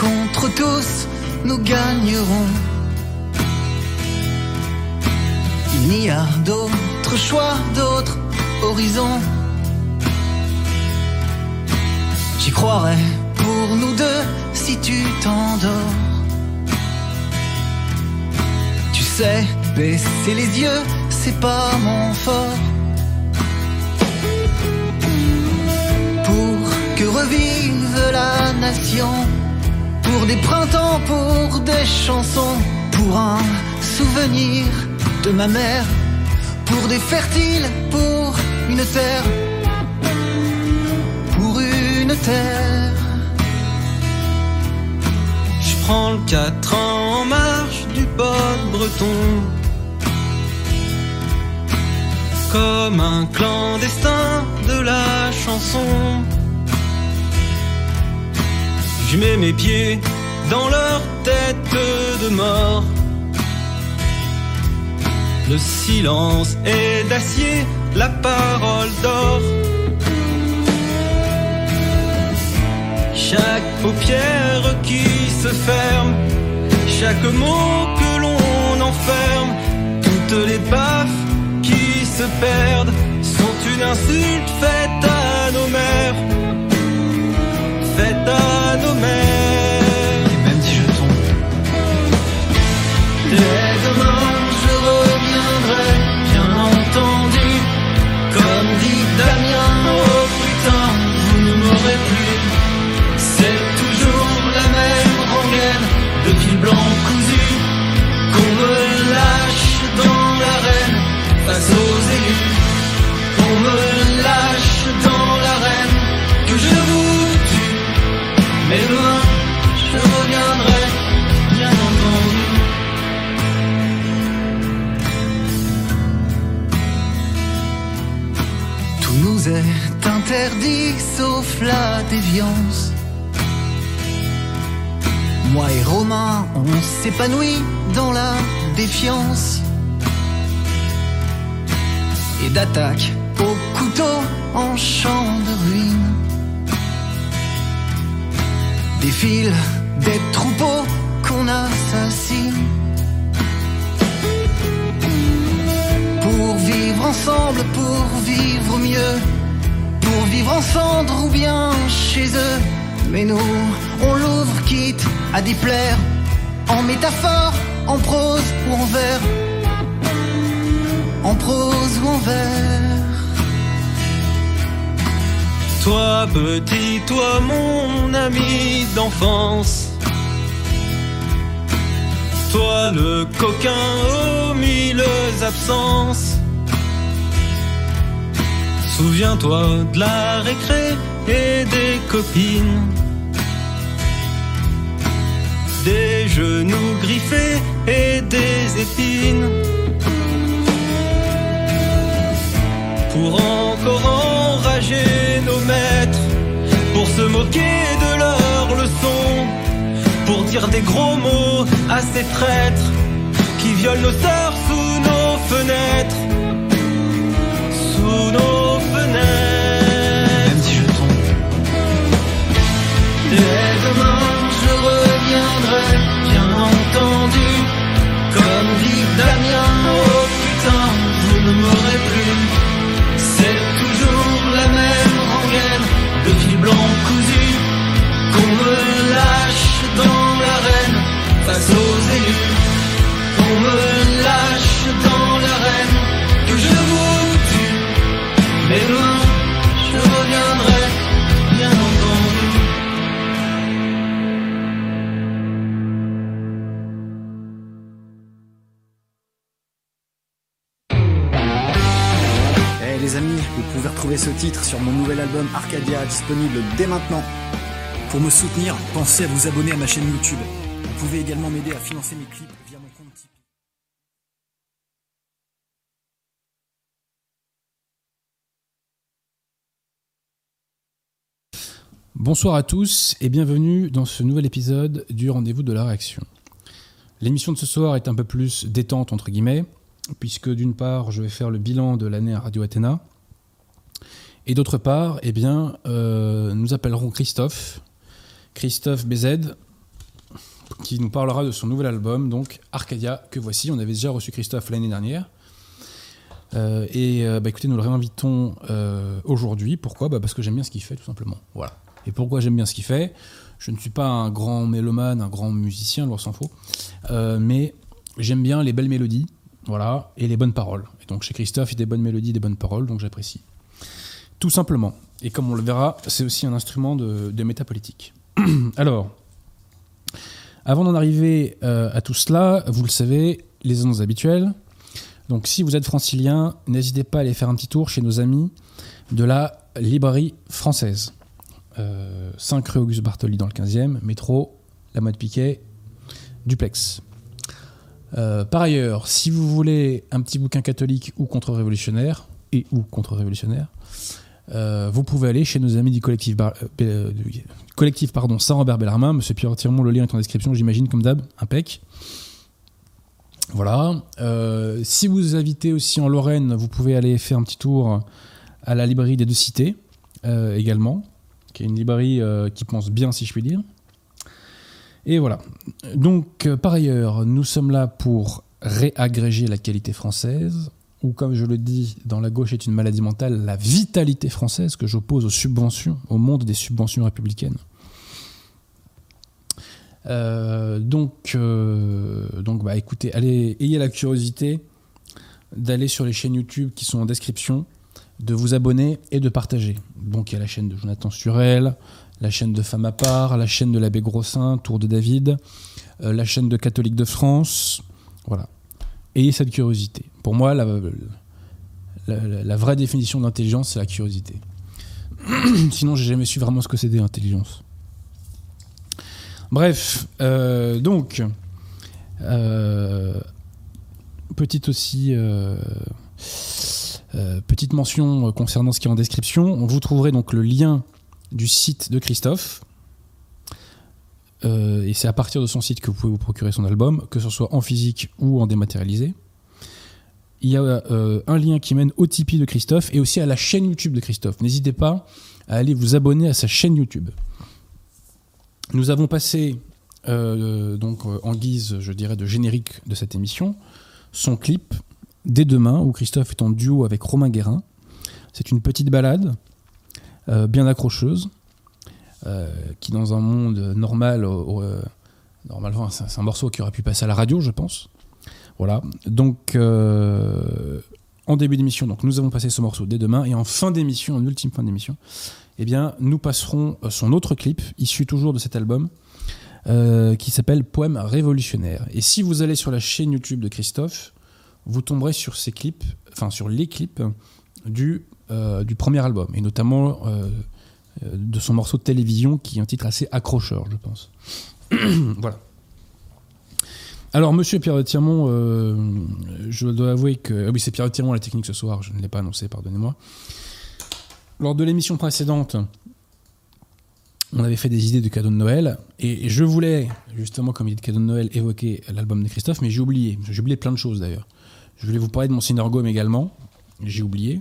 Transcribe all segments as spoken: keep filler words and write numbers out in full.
contre tous, nous gagnerons. Il n'y a d'autre choix, d'autres horizons. J'y croirais pour nous deux si tu t'endors. Tu sais, baisser les yeux, c'est pas mon fort. Pour que revive la nation, pour des printemps, pour des chansons, pour un souvenir de ma mère, pour des fertiles, pour une terre, pour une terre. Je prends le quatre ans en marche du pod breton, comme un clandestin de la chanson. Je mets mes pieds dans leur tête de mort. Le silence est d'acier, la parole d'or. Chaque paupière qui se ferme, chaque mot que l'on enferme, toutes les baffes qui se perdent sont une insulte faite à nos mères, faite à nos mères. Et même si je tombe, dès demain je reviendrai, bien entendu. Comme dit Damien, oh putain, vous ne m'aurez plus. C'est toujours la même rengaine de fil blanc cousu qu'on me lâche dans l'arène face aux élus. On me lâche dans l'arène que je vous tue. Mais demain je reviendrai, bien entendu. Tout nous est interdit sauf la déviance. Moi et Romain, on s'épanouit dans la défiance. Et d'attaque au couteau en champ de ruines. Des fils, des troupeaux qu'on assassine. Pour vivre ensemble, pour vivre mieux. Pour vivre ensemble ou bien chez eux. Mais nous, on l'ouvre quitte à déplaire. En métaphore, en prose ou en vers. En prose ou en vers. Toi petit, toi mon ami d'enfance, toi le coquin aux mille absences. Souviens-toi de la récré et des copines, des genoux griffés et des épines. Pour encore enrager nos maîtres, pour se moquer de leurs leçons, pour dire des gros mots à ces traîtres qui violent nos sœurs sous nos fenêtres, sous nos fenêtres. Même si je tombe, dès demain je reviendrai, bien entendu. Comme dit Damien, oh putain, vous ne m'aurez plus. C'est toujours la même rengaine de fil blanc cousu qu'on me lâche dans l'arène face aux élus. On me lâche dans l'arène que je vous tue. Mais demain je reviendrai, bien entendu. Hey les amis, vous pouvez retrouver ce titre sur mon nouvel album Arcadia, disponible dès maintenant. Pour me soutenir, pensez à vous abonner à ma chaîne YouTube. Vous pouvez également m'aider à financer mes clips via mon compte Tipeee. Bonsoir à tous et bienvenue dans ce nouvel épisode du Rendez-vous de la Réaction. L'émission de ce soir est un peu plus détente entre guillemets, puisque d'une part je vais faire le bilan de l'année à Radio Athéna, et d'autre part, eh bien, euh, nous appellerons Christophe, Christophe B Z, qui nous parlera de son nouvel album, donc Arcadia, que voici. On avait déjà reçu Christophe l'année dernière. Euh, et euh, bah, écoutez, nous le réinvitons euh, aujourd'hui. Pourquoi ? Bah, parce que j'aime bien ce qu'il fait, tout simplement. Voilà. Et pourquoi j'aime bien ce qu'il fait ? Je ne suis pas un grand mélomane, un grand musicien, loin s'en faut, euh, mais j'aime bien les belles mélodies, voilà, et les bonnes paroles. Et donc chez Christophe, il y a des bonnes mélodies, des bonnes paroles, donc j'apprécie. Tout simplement. Et comme on le verra, c'est aussi un instrument de, de métapolitique. Alors, avant d'en arriver euh, à tout cela, vous le savez, les annonces habituelles. Donc si vous êtes francilien, n'hésitez pas à aller faire un petit tour chez nos amis de la librairie française. Euh, cinq rue Auguste Bartholdi dans le quinzième, métro, la Motte Piquet, duplex. Euh, par ailleurs, si vous voulez un petit bouquin catholique ou contre-révolutionnaire, et ou contre-révolutionnaire, euh, vous pouvez aller chez nos amis du collectif, Bar- euh, du collectif pardon, Saint-Robert-Bellarmin. Monsieur Pierre Tirmont, le lien est en description, j'imagine, comme d'hab, impec. Voilà. Euh, si vous habitez aussi en Lorraine, vous pouvez aller faire un petit tour à la librairie des Deux Cités, euh, également, qui est une librairie euh, qui pense bien, si je puis dire. Et voilà. Donc, euh, par ailleurs, nous sommes là pour réagréger la qualité française, ou comme je le dis, dans La gauche est une maladie mentale, la vitalité française que j'oppose aux subventions, au monde des subventions républicaines. Euh, donc, euh, donc bah, écoutez, allez, ayez la curiosité d'aller sur les chaînes YouTube qui sont en description, de vous abonner et de partager. Donc il y a la chaîne de Jonathan Sturel, la chaîne de Femme à part, la chaîne de l'abbé Grossin, Tour de David, euh, la chaîne de Catholiques de France. Voilà. Ayez cette curiosité. Pour moi, la, la, la vraie définition d'intelligence, c'est la curiosité. Sinon, j'ai jamais su vraiment ce que c'était l'intelligence. Bref, euh, donc, euh, petite aussi... Euh, Euh, petite mention concernant ce qui est en description. Vous trouverez donc le lien du site de Christophe. Euh, et c'est à partir de son site que vous pouvez vous procurer son album, que ce soit en physique ou en dématérialisé. Il y a euh, un lien qui mène au Tipeee de Christophe et aussi à la chaîne YouTube de Christophe. N'hésitez pas à aller vous abonner à sa chaîne YouTube. Nous avons passé, euh, donc, en guise, je dirais, de générique de cette émission, son clip Dès demain, où Christophe est en duo avec Romain Guérin. C'est une petite balade, euh, bien accrocheuse, euh, qui dans un monde normal, euh, normalement c'est, c'est un morceau qui aurait pu passer à la radio, je pense. Voilà. Donc, euh, en début d'émission, donc nous avons passé ce morceau Dès demain, et en fin d'émission, en ultime fin d'émission, eh bien, nous passerons son autre clip, issu toujours de cet album, euh, qui s'appelle Poème révolutionnaire. Et si vous allez sur la chaîne YouTube de Christophe, vous tomberez sur ces clips, enfin sur les clips du, euh, du premier album, et notamment euh, de son morceau de télévision qui est un titre assez accrocheur, je pense. Voilà. Alors, monsieur Pierre Tirmont, euh, je dois avouer que... Ah oui, c'est Pierre Tirmont à la technique ce soir, je ne l'ai pas annoncé, pardonnez-moi. Lors de l'émission précédente, on avait fait des idées de cadeaux de Noël, et je voulais, justement, comme idée de cadeaux de Noël, évoquer l'album de Christophe, mais j'ai oublié. J'ai oublié plein de choses, d'ailleurs. Je voulais vous parler de Monseigneur Gaume également, j'ai oublié.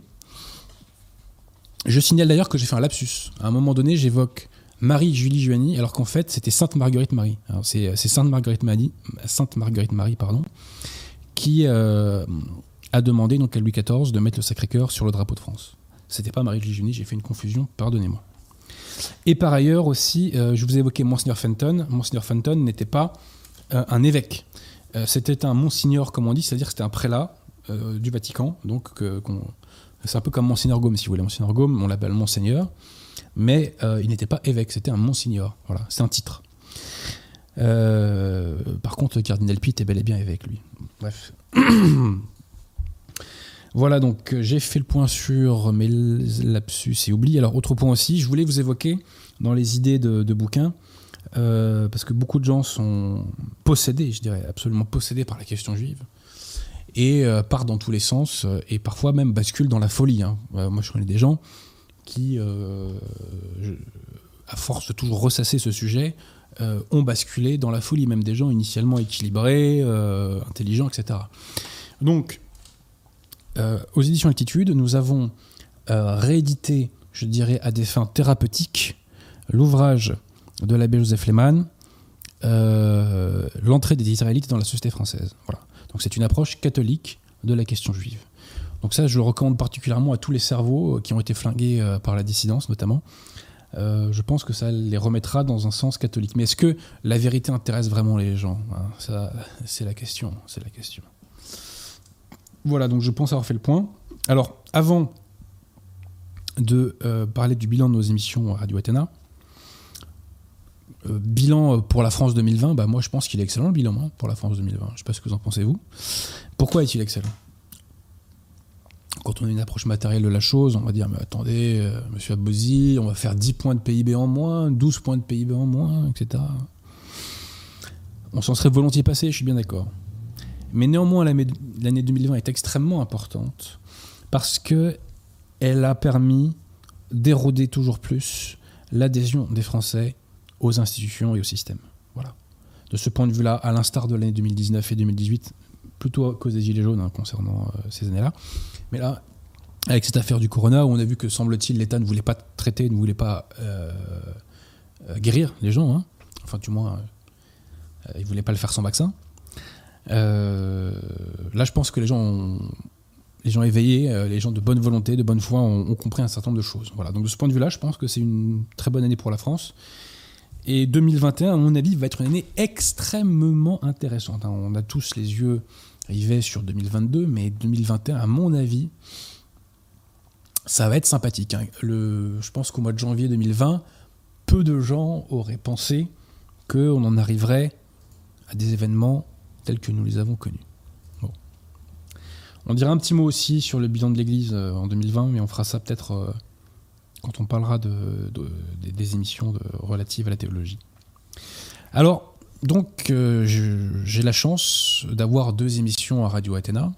Je signale d'ailleurs que j'ai fait un lapsus. À un moment donné, j'évoque Marie-Julie Juani, alors qu'en fait, c'était Sainte-Marguerite-Marie. Alors, c'est, c'est Sainte-Marguerite-Marie, Sainte-Marguerite-Marie, pardon, qui euh, a demandé donc, à Louis quatorze de mettre le Sacré-Cœur sur le drapeau de France. C'était pas Marie-Julie Juani, j'ai fait une confusion, pardonnez-moi. Et par ailleurs aussi, euh, je vous ai évoqué Monseigneur Fenton. Monseigneur Fenton n'était pas euh, un évêque. Euh, c'était un monsignor, comme on dit, c'est-à-dire que c'était un prélat euh, du Vatican. Donc, euh, qu'on, c'est un peu comme Monseigneur Gaume, si vous voulez. Monseigneur Gaume, on l'appelle Monseigneur. Mais euh, il n'était pas évêque, c'était un monsignor. Voilà, c'est un titre. Euh, par contre, le cardinal Pie était bel et bien évêque, lui. Bref. Voilà, donc j'ai fait le point sur mes lapsus et oublis. Alors, autre point aussi, je voulais vous évoquer dans les idées de, de bouquins, euh, parce que beaucoup de gens sont possédés, je dirais, absolument possédés par la question juive, et euh, partent dans tous les sens, et parfois même basculent dans la folie. Hein. Euh, moi, je connais des gens qui, euh, je, à force de toujours ressasser ce sujet, euh, ont basculé dans la folie, même des gens initialement équilibrés, euh, intelligents, et cetera. Donc, Euh, aux éditions Altitude, nous avons euh, réédité, je dirais à des fins thérapeutiques, l'ouvrage de l'abbé Joseph Lehmann, euh, l'entrée des israélites dans la société française. Voilà. Donc c'est une approche catholique de la question juive. Donc ça, je le recommande particulièrement à tous les cerveaux qui ont été flingués euh, par la dissidence, notamment. Euh, je pense que ça les remettra dans un sens catholique. Mais est-ce que la vérité intéresse vraiment les gens, hein? Ça, c'est la question. C'est la question. Voilà, donc je pense avoir fait le point. Alors, avant de euh, parler du bilan de nos émissions Radio Athéna, euh, bilan pour la France deux mille vingt, bah moi je pense qu'il est excellent le bilan hein, pour la France deux mille vingt. Je ne sais pas ce que vous en pensez vous. Pourquoi est-il excellent ? Quand on a une approche matérielle de la chose, on va dire, mais attendez, euh, monsieur Abozi, on va faire dix points de P I B en moins, douze points de P I B en moins, et cetera. On s'en serait volontiers passé, je suis bien d'accord. Mais néanmoins, l'année deux mille vingt est extrêmement importante parce qu'elle a permis d'éroder toujours plus l'adhésion des Français aux institutions et au système. Voilà. De ce point de vue-là, à l'instar de l'année deux mille dix-neuf et deux mille dix-huit, plutôt à cause des Gilets jaunes hein, concernant euh, ces années-là. Mais là, avec cette affaire du corona, où on a vu que, semble-t-il, l'État ne voulait pas traiter, ne voulait pas euh, euh, guérir les gens, hein. Enfin, du moins, euh, il ne voulait pas le faire sans vaccin. Euh, là, je pense que les gens, ont, les gens éveillés, euh, les gens de bonne volonté, de bonne foi, ont, ont compris un certain nombre de choses. Voilà. Donc, de ce point de vue-là, je pense que c'est une très bonne année pour la France. Et deux mille vingt et un, à mon avis, va être une année extrêmement intéressante. Hein. On a tous les yeux rivés sur deux mille vingt-deux, mais deux mille vingt et un, à mon avis, ça va être sympathique. Hein. Le, je pense qu'au mois de janvier deux mille vingt, peu de gens auraient pensé qu'on en arriverait à des événements tels que nous les avons connus. Bon. On dira un petit mot aussi sur le bilan de l'Église en deux mille vingt, mais on fera ça peut-être euh, quand on parlera de, de, de, des émissions de, relatives à la théologie. Alors, donc, euh, je, j'ai la chance d'avoir deux émissions à Radio Athéna.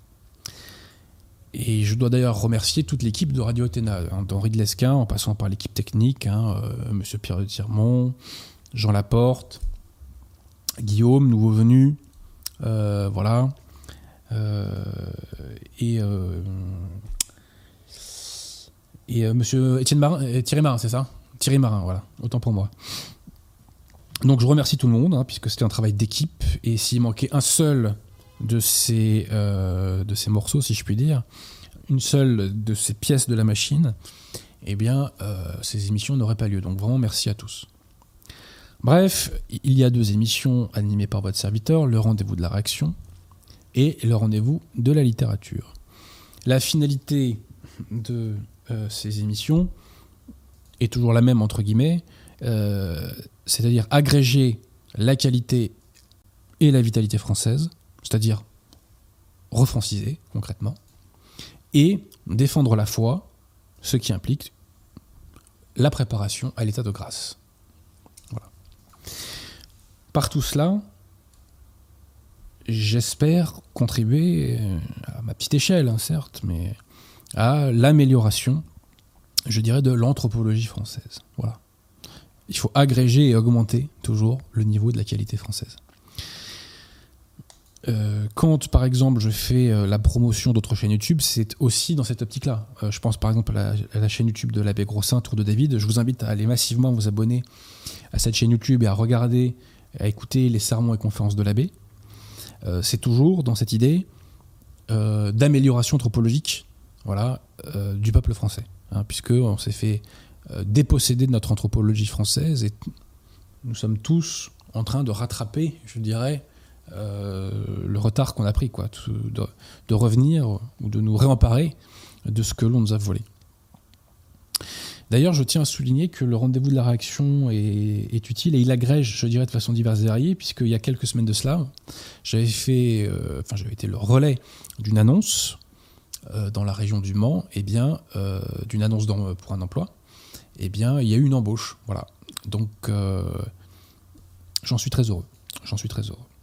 Et je dois d'ailleurs remercier toute l'équipe de Radio Athéna, hein, d'Henri de Lesquin, en passant par l'équipe technique, hein, euh, Monsieur Pierre de Tirmont, Jean Laporte, Guillaume, nouveau venu, euh, voilà, euh, et, euh, et euh, Monsieur Étienne Marin, euh, Thierry Marin, c'est ça ? Thierry Marin, voilà, autant pour moi. Donc je remercie tout le monde, hein, puisque c'était un travail d'équipe, et s'il manquait un seul de ces, euh, de ces morceaux, si je puis dire, une seule de ces pièces de la machine, eh bien, euh, ces émissions n'auraient pas lieu. Donc vraiment, merci à tous. Bref, il y a deux émissions animées par votre serviteur, le rendez-vous de la réaction et le rendez-vous de la littérature. La finalité de euh, ces émissions est toujours la même, entre guillemets, euh, c'est-à-dire agréger la qualité et la vitalité française, c'est-à-dire refranciser concrètement, et défendre la foi, ce qui implique la préparation à l'état de grâce. Voilà. Par tout cela, j'espère contribuer, à ma petite échelle, hein, certes, mais à l'amélioration, je dirais, de l'anthropologie française. Voilà. Il faut agréger et augmenter toujours le niveau de la qualité française. Euh, quand, par exemple, je fais euh, la promotion d'autres chaînes YouTube, c'est aussi dans cette optique-là. Euh, je pense, par exemple, à la, à la chaîne YouTube de l'abbé Grossin, Tour de David. Je vous invite à aller massivement vous abonner à cette chaîne YouTube et à regarder, à écouter les sermons et conférences de l'abbé. Euh, c'est toujours dans cette idée euh, d'amélioration anthropologique, voilà, euh, du peuple français, hein, puisqu'on s'est fait euh, déposséder de notre anthropologie française et nous sommes tous en train de rattraper, je dirais, Euh, le retard qu'on a pris, quoi, de, de revenir ou de nous réemparer de ce que l'on nous a volé. D'ailleurs, je tiens à souligner que le rendez-vous de la réaction est, est utile et il agrège, je dirais, de façon diverse et variée, puisqu'il y a quelques semaines de cela, j'avais fait, euh, enfin, j'avais été le relais d'une annonce euh, dans la région du Mans, et eh bien, euh, d'une annonce pour un emploi. Et eh bien, il y a eu une embauche, voilà. Donc, euh, j'en suis très heureux. J'en suis très heureux.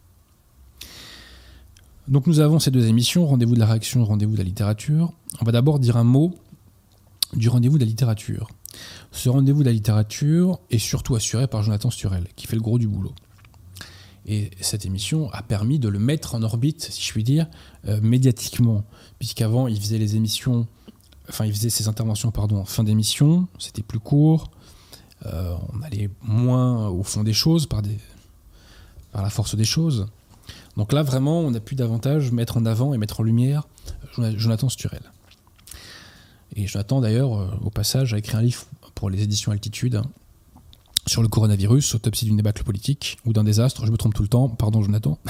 Donc nous avons ces deux émissions, rendez-vous de la réaction, rendez-vous de la littérature. On va d'abord dire un mot du rendez-vous de la littérature. Ce rendez-vous de la littérature est surtout assuré par Jonathan Sturel, qui fait le gros du boulot. Et cette émission a permis de le mettre en orbite, si je puis dire, euh, médiatiquement, puisqu'avant il faisait les émissions, enfin il faisait ses interventions pardon, en fin d'émission, c'était plus court, euh, on allait moins au fond des choses par, des, par la force des choses. Donc là, vraiment, on a pu davantage mettre en avant et mettre en lumière Jonathan Sturel. Et Jonathan, d'ailleurs, euh, au passage, a écrit un livre pour les éditions Altitude hein, sur le coronavirus, autopsie d'une débâcle politique ou d'un désastre. Je me trompe tout le temps, pardon Jonathan.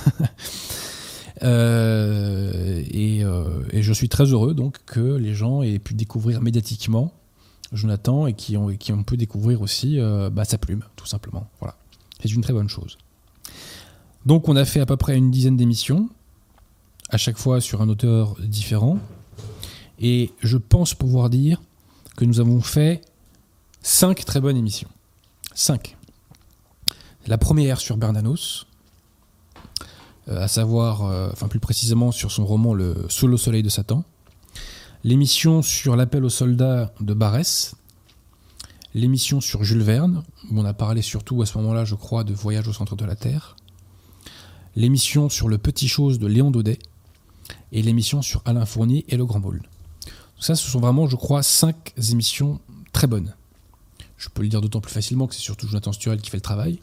euh, et, euh, et je suis très heureux donc que les gens aient pu découvrir médiatiquement Jonathan et qui ont, et qui ont pu découvrir aussi euh, bah, sa plume, tout simplement. Voilà. C'est une très bonne chose. Donc on a fait à peu près une dizaine d'émissions, à chaque fois sur un auteur différent. Et je pense pouvoir dire que nous avons fait cinq très bonnes émissions. Cinq. La première sur Bernanos, euh, à savoir, euh, enfin plus précisément sur son roman Le Sous le soleil de Satan. L'émission sur l'appel aux soldats de Barès. L'émission sur Jules Verne, où on a parlé surtout à ce moment-là, je crois, de Voyage au centre de la Terre. L'émission sur Le Petit Chose de Léon Daudet. Et l'émission sur Alain Fournier et Le Grand Môle. Ça, ce sont vraiment, je crois, cinq émissions très bonnes. Je peux le dire d'autant plus facilement que c'est surtout Jonathan Sturel qui fait le travail.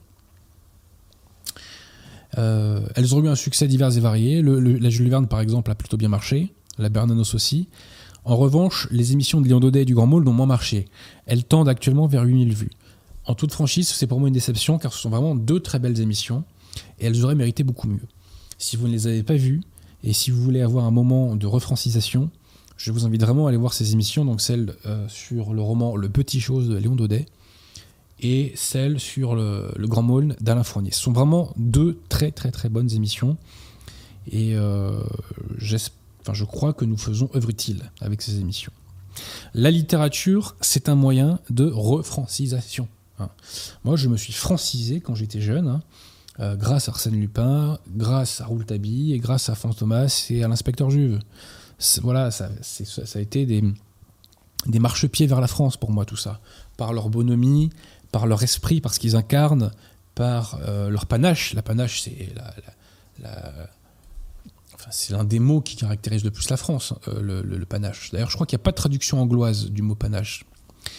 Euh, elles ont eu un succès divers et varié. Le, le, la Jules Verne, par exemple, a plutôt bien marché. La Bernanos aussi. En revanche, les émissions de Léon Daudet et du Grand Môle n'ont moins marché. Elles tendent actuellement vers huit mille vues. En toute franchise, c'est pour moi une déception, car ce sont vraiment deux très belles émissions, et elles auraient mérité beaucoup mieux. Si vous ne les avez pas vues, et si vous voulez avoir un moment de refrancisation, je vous invite vraiment à aller voir ces émissions, donc celle euh, sur le roman Le Petit Chose de Léon Daudet et celle sur le, le Grand Môle d'Alain Fournier. Ce sont vraiment deux très très très bonnes émissions et euh, enfin, je crois que nous faisons œuvre utile avec ces émissions. La littérature, c'est un moyen de refrancisation. Hein. Moi, je me suis francisé quand j'étais jeune, hein, euh, grâce à Arsène Lupin, grâce à Rouletabille et grâce à Fantomas et à l'inspecteur Juve. C'est, voilà, ça, c'est, ça a été des, des marchepieds vers la France pour moi, tout ça. Par leur bonhomie, par leur esprit, par ce qu'ils incarnent, par euh, leur panache. La panache, c'est, la, la, la, enfin, c'est l'un des mots qui caractérise le plus la France, euh, le, le, le panache. D'ailleurs, je crois qu'il n'y a pas de traduction angloise du mot panache.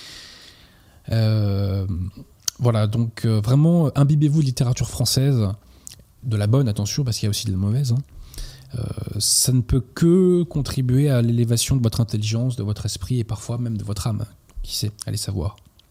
Euh, voilà, donc euh, vraiment, imbibez-vous de littérature française, de la bonne, attention, parce qu'il y a aussi de la mauvaise, hein. Euh, ça ne peut que contribuer à l'élévation de votre intelligence, de votre esprit et parfois même de votre âme. Qui sait, allez savoir.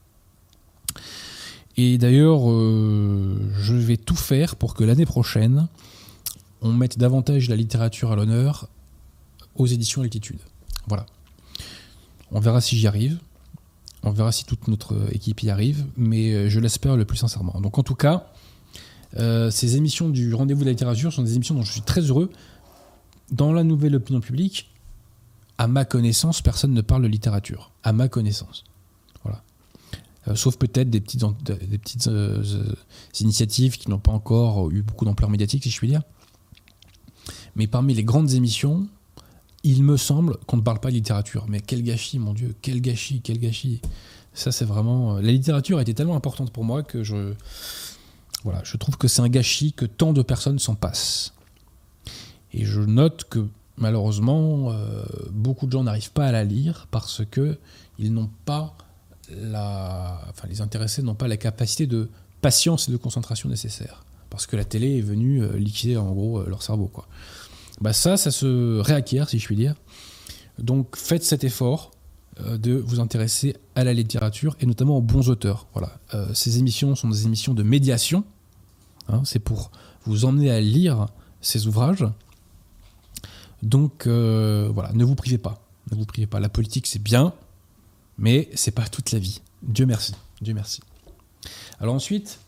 Et d'ailleurs, euh, je vais tout faire pour que l'année prochaine, on mette davantage la littérature à l'honneur aux éditions Altitude. Voilà. On verra si j'y arrive. On verra si toute notre équipe y arrive, mais je l'espère le plus sincèrement. Donc en tout cas, euh, ces émissions du Rendez-vous de la littérature sont des émissions dont je suis très heureux. Dans la nouvelle opinion publique, à ma connaissance, personne ne parle de littérature. À ma connaissance. Voilà. Euh, sauf peut-être des petites, des petites euh, euh, initiatives qui n'ont pas encore eu beaucoup d'ampleur médiatique, si je puis dire. Mais parmi les grandes émissions, il me semble qu'on ne parle pas de littérature. Mais quel gâchis, mon Dieu, quel gâchis, quel gâchis. Ça, c'est vraiment... La littérature a été tellement importante pour moi que je... Voilà, je trouve que c'est un gâchis que tant de personnes s'en passent. Et je note que, malheureusement, euh, beaucoup de gens n'arrivent pas à la lire parce que ils n'ont pas la... Enfin, les intéressés n'ont pas la capacité de patience et de concentration nécessaire. Parce que la télé est venue euh, liquider, en gros, euh, leur cerveau, quoi. Bah ça, ça se réacquiert, si je puis dire. Donc, faites cet effort euh, de vous intéresser à la littérature et notamment aux bons auteurs. Voilà. Euh, ces émissions sont des émissions de médiation. Hein, c'est pour vous emmener à lire ces ouvrages. Donc euh, voilà, ne vous privez pas. Ne vous privez pas. La politique, c'est bien, mais c'est pas toute la vie. Dieu merci. Dieu merci. Alors ensuite,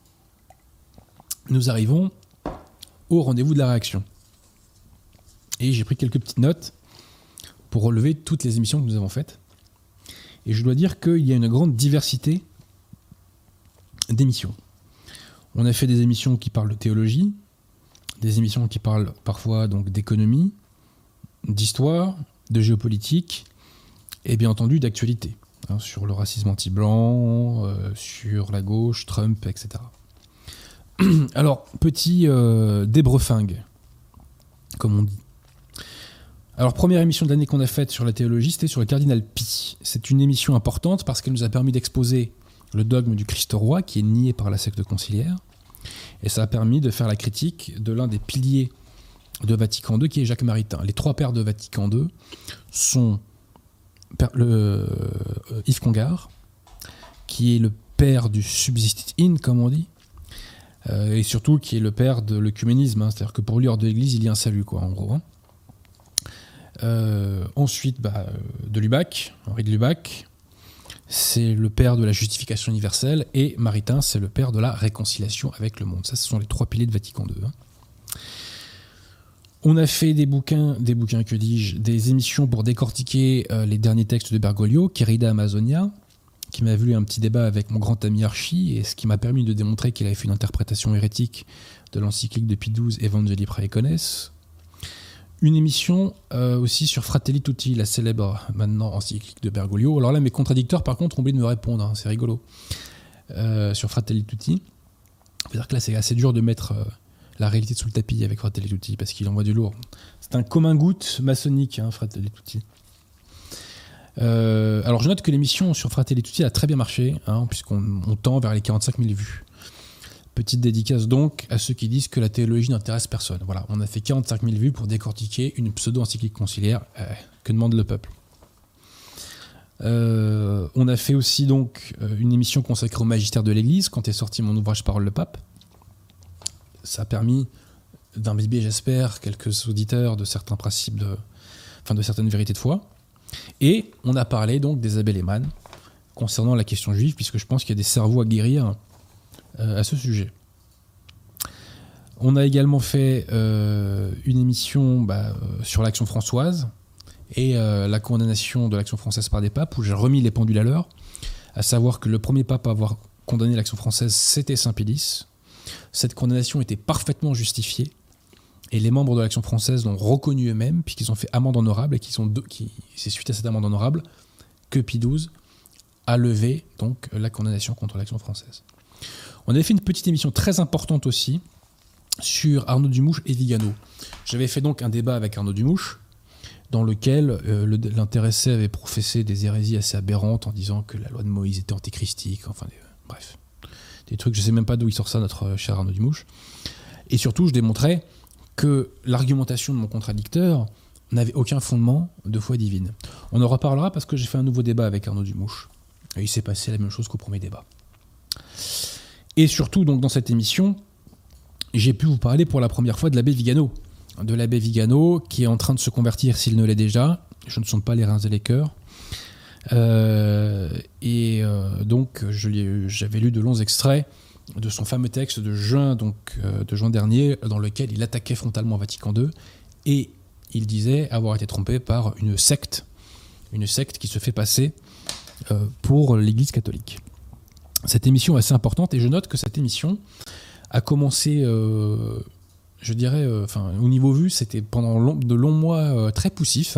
nous arrivons au rendez-vous de la réaction. Et j'ai pris quelques petites notes pour relever toutes les émissions que nous avons faites. Et je dois dire qu'il y a une grande diversité d'émissions. On a fait des émissions qui parlent de théologie, des émissions qui parlent parfois donc d'économie, d'histoire, de géopolitique et bien entendu d'actualité, hein, sur le racisme anti-blanc, euh, sur la gauche, Trump, et cetera. Alors, petit euh, débrefing, comme on dit. Alors, première émission de l'année qu'on a faite sur la théologie, c'était sur le cardinal Pi. C'est une émission importante parce qu'elle nous a permis d'exposer le dogme du Christ roi, qui est nié par la secte conciliaire. Et ça a permis de faire la critique de l'un des piliers de Vatican deux, qui est Jacques Maritain. Les trois pères de Vatican deux sont le, euh, Yves Congar, qui est le père du subsistit in, comme on dit, euh, et surtout qui est le père de l'œcuménisme, hein, c'est-à-dire que pour lui, hors de l'Église, il y a un salut, quoi, en gros. Hein. Euh, ensuite, bah, de Lubac, Henri de Lubac, c'est le père de la justification universelle, et Maritain, c'est le père de la réconciliation avec le monde. Ça, ce sont les trois piliers de Vatican deux. Hein. On a fait des bouquins, des bouquins que dis-je, des émissions pour décortiquer euh, les derniers textes de Bergoglio, Querida Amazonia, qui m'a voulu un petit débat avec mon grand ami Archie, et ce qui m'a permis de démontrer qu'il avait fait une interprétation hérétique de l'encyclique de Pie douze, Evangelii Praecones. Une émission euh, aussi sur Fratelli Tutti, la célèbre maintenant encyclique de Bergoglio. Alors là, mes contradicteurs, par contre, ont oublié de me répondre, hein, c'est rigolo. Euh, sur Fratelli Tutti. C'est-à-dire que là, c'est assez dur de mettre euh, la réalité sous le tapis avec Fratelli Tutti, parce qu'il envoie du lourd. C'est un commun goutte maçonnique, hein, Fratelli Tutti. Euh, alors je note que l'émission sur Fratelli Tutti a très bien marché, hein, puisqu'on on tend vers les quarante-cinq mille vues. Petite dédicace donc à ceux qui disent que la théologie n'intéresse personne. Voilà, on a fait quarante-cinq mille vues pour décortiquer une pseudo-encyclique conciliaire. Euh, que demande le peuple ? euh, On a fait aussi donc une émission consacrée au magistère de l'Église quand est sorti mon ouvrage Parole le Pape. Ça a permis d'imbiber, j'espère, quelques auditeurs de certains principes, de, enfin de certaines vérités de foi. Et on a parlé donc des Abel Lehmann concernant la question juive, puisque je pense qu'il y a des cerveaux à guérir euh, à ce sujet. On a également fait euh, une émission bah, euh, sur l'Action françoise et euh, la condamnation de l'Action française par des papes, où j'ai remis les pendules à l'heure, à savoir que le premier pape à avoir condamné l'Action française, c'était Saint Pie. Cette condamnation était parfaitement justifiée, et les membres de l'Action française l'ont reconnu eux-mêmes, puisqu'ils ont fait amende honorable, et qu'ils sont deux, qui, c'est suite à cette amende honorable que Pie douze a levé donc, la condamnation contre l'Action française. On avait fait une petite émission très importante aussi sur Arnaud Dumouche et Vigano. J'avais fait donc un débat avec Arnaud Dumouche, dans lequel euh, le, l'intéressé avait professé des hérésies assez aberrantes en disant que la loi de Moïse était antéchristique, enfin des, euh, bref, des trucs, je ne sais même pas d'où il sort ça, notre euh, cher Arnaud Dumouche. Et surtout, je démontrais que l'argumentation de mon contradicteur n'avait aucun fondement de foi divine. On en reparlera parce que j'ai fait un nouveau débat avec Arnaud Dumouche. Et il s'est passé la même chose qu'au premier débat. Et surtout, donc, dans cette émission, j'ai pu vous parler pour la première fois de l'abbé Vigano. De l'abbé Vigano, qui est en train de se convertir s'il ne l'est déjà. Je ne sonde pas les reins et les cœurs. Euh, et euh, donc, je j'avais lu de longs extraits de son fameux texte de juin, donc, euh, de juin dernier, dans lequel il attaquait frontalement Vatican deux, et il disait avoir été trompé par une secte, une secte qui se fait passer euh, pour l'Église catholique. Cette émission est assez importante, et je note que cette émission a commencé, euh, je dirais, euh, enfin, au niveau vue, c'était pendant long, de longs mois euh, très poussif.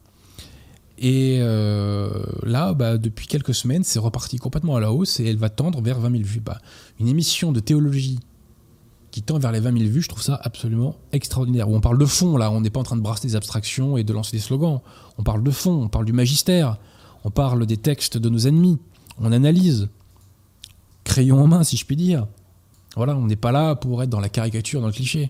Et euh, là, bah, depuis quelques semaines, c'est reparti complètement à la hausse et elle va tendre vers vingt mille vues. Bah, une émission de théologie qui tend vers les vingt mille vues, je trouve ça absolument extraordinaire. Où on parle de fond, là, on n'est pas en train de brasser des abstractions et de lancer des slogans. On parle de fond, on parle du magistère, on parle des textes de nos ennemis, on analyse, crayon en main, si je puis dire. Voilà, on n'est pas là pour être dans la caricature, dans le cliché.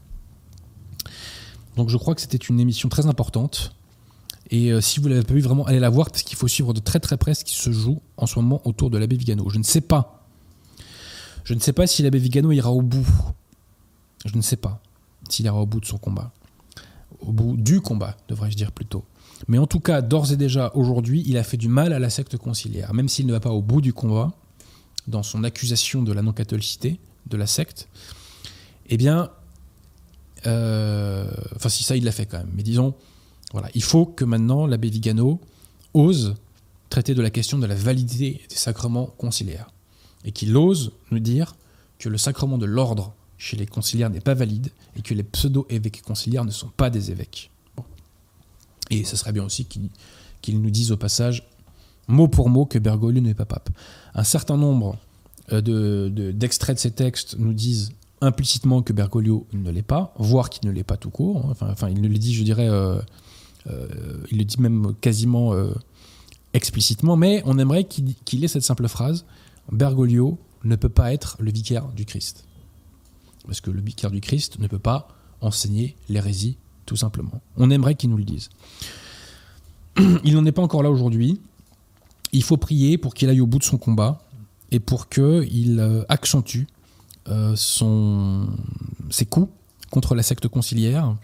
Donc je crois que c'était une émission très importante. Et euh, si vous ne l'avez pas vu, vraiment, allez la voir, parce qu'il faut suivre de très très près ce qui se joue en ce moment autour de l'abbé Vigano. Je ne sais pas. Je ne sais pas si l'abbé Vigano ira au bout. Je ne sais pas s'il ira au bout de son combat. Au bout du combat, devrais-je dire plutôt. Mais en tout cas, d'ores et déjà, aujourd'hui, il a fait du mal à la secte conciliaire. Même s'il ne va pas au bout du combat, dans son accusation de la non-catholicité, de la secte, eh bien, euh, enfin si ça, il l'a fait quand même. Mais disons, voilà, il faut que maintenant l'abbé Vigano ose traiter de la question de la validité des sacrements conciliaires. Et qu'il ose nous dire que le sacrement de l'ordre chez les conciliaires n'est pas valide et que les pseudo-évêques conciliaires ne sont pas des évêques. Bon. Et ce serait bien aussi qu'il, qu'il nous dise au passage, mot pour mot, que Bergoglio n'est pas pape. Un certain nombre de, de, d'extraits de ces textes nous disent implicitement que Bergoglio ne l'est pas, voire qu'il ne l'est pas tout court. Enfin, enfin il le dit, je dirais... Euh, Euh, il le dit même quasiment euh, explicitement, mais on aimerait qu'il, qu'il ait cette simple phrase Bergoglio ne peut pas être le vicaire du Christ. Parce que le vicaire du Christ ne peut pas enseigner l'hérésie, tout simplement. On aimerait qu'il nous le dise. Il n'en est pas encore là aujourd'hui. Il faut prier pour qu'il aille au bout de son combat et pour qu'il euh, accentue euh, son, ses coups contre la secte conciliaire.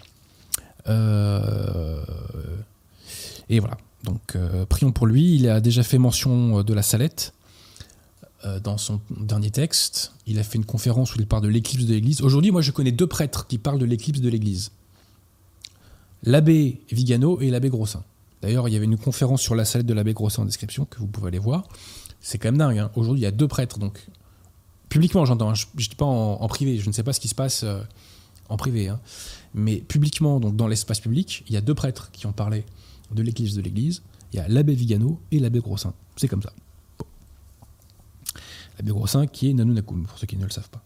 Euh, et voilà. Donc, euh, prions pour lui. Il a déjà fait mention de la Salette euh, dans son dernier texte. Il a fait une conférence où il parle de l'éclipse de l'Église. Aujourd'hui, moi, je connais deux prêtres qui parlent de l'éclipse de l'Église. L'abbé Vigano et l'abbé Grossin. D'ailleurs, il y avait une conférence sur la Salette de l'abbé Grossin en description que vous pouvez aller voir. C'est quand même dingue. Hein. Aujourd'hui, il y a deux prêtres. Donc, publiquement, j'entends. Hein. Je ne dis pas en, en privé. Je ne sais pas ce qui se passe euh, en privé. Hein. Mais publiquement, donc dans l'espace public, il y a deux prêtres qui ont parlé de l'éclipse de l'Église. Il y a l'abbé Vigano et l'abbé Grossin. C'est comme ça. Bon. L'abbé Grossin qui est Nanunakum, pour ceux qui ne le savent pas.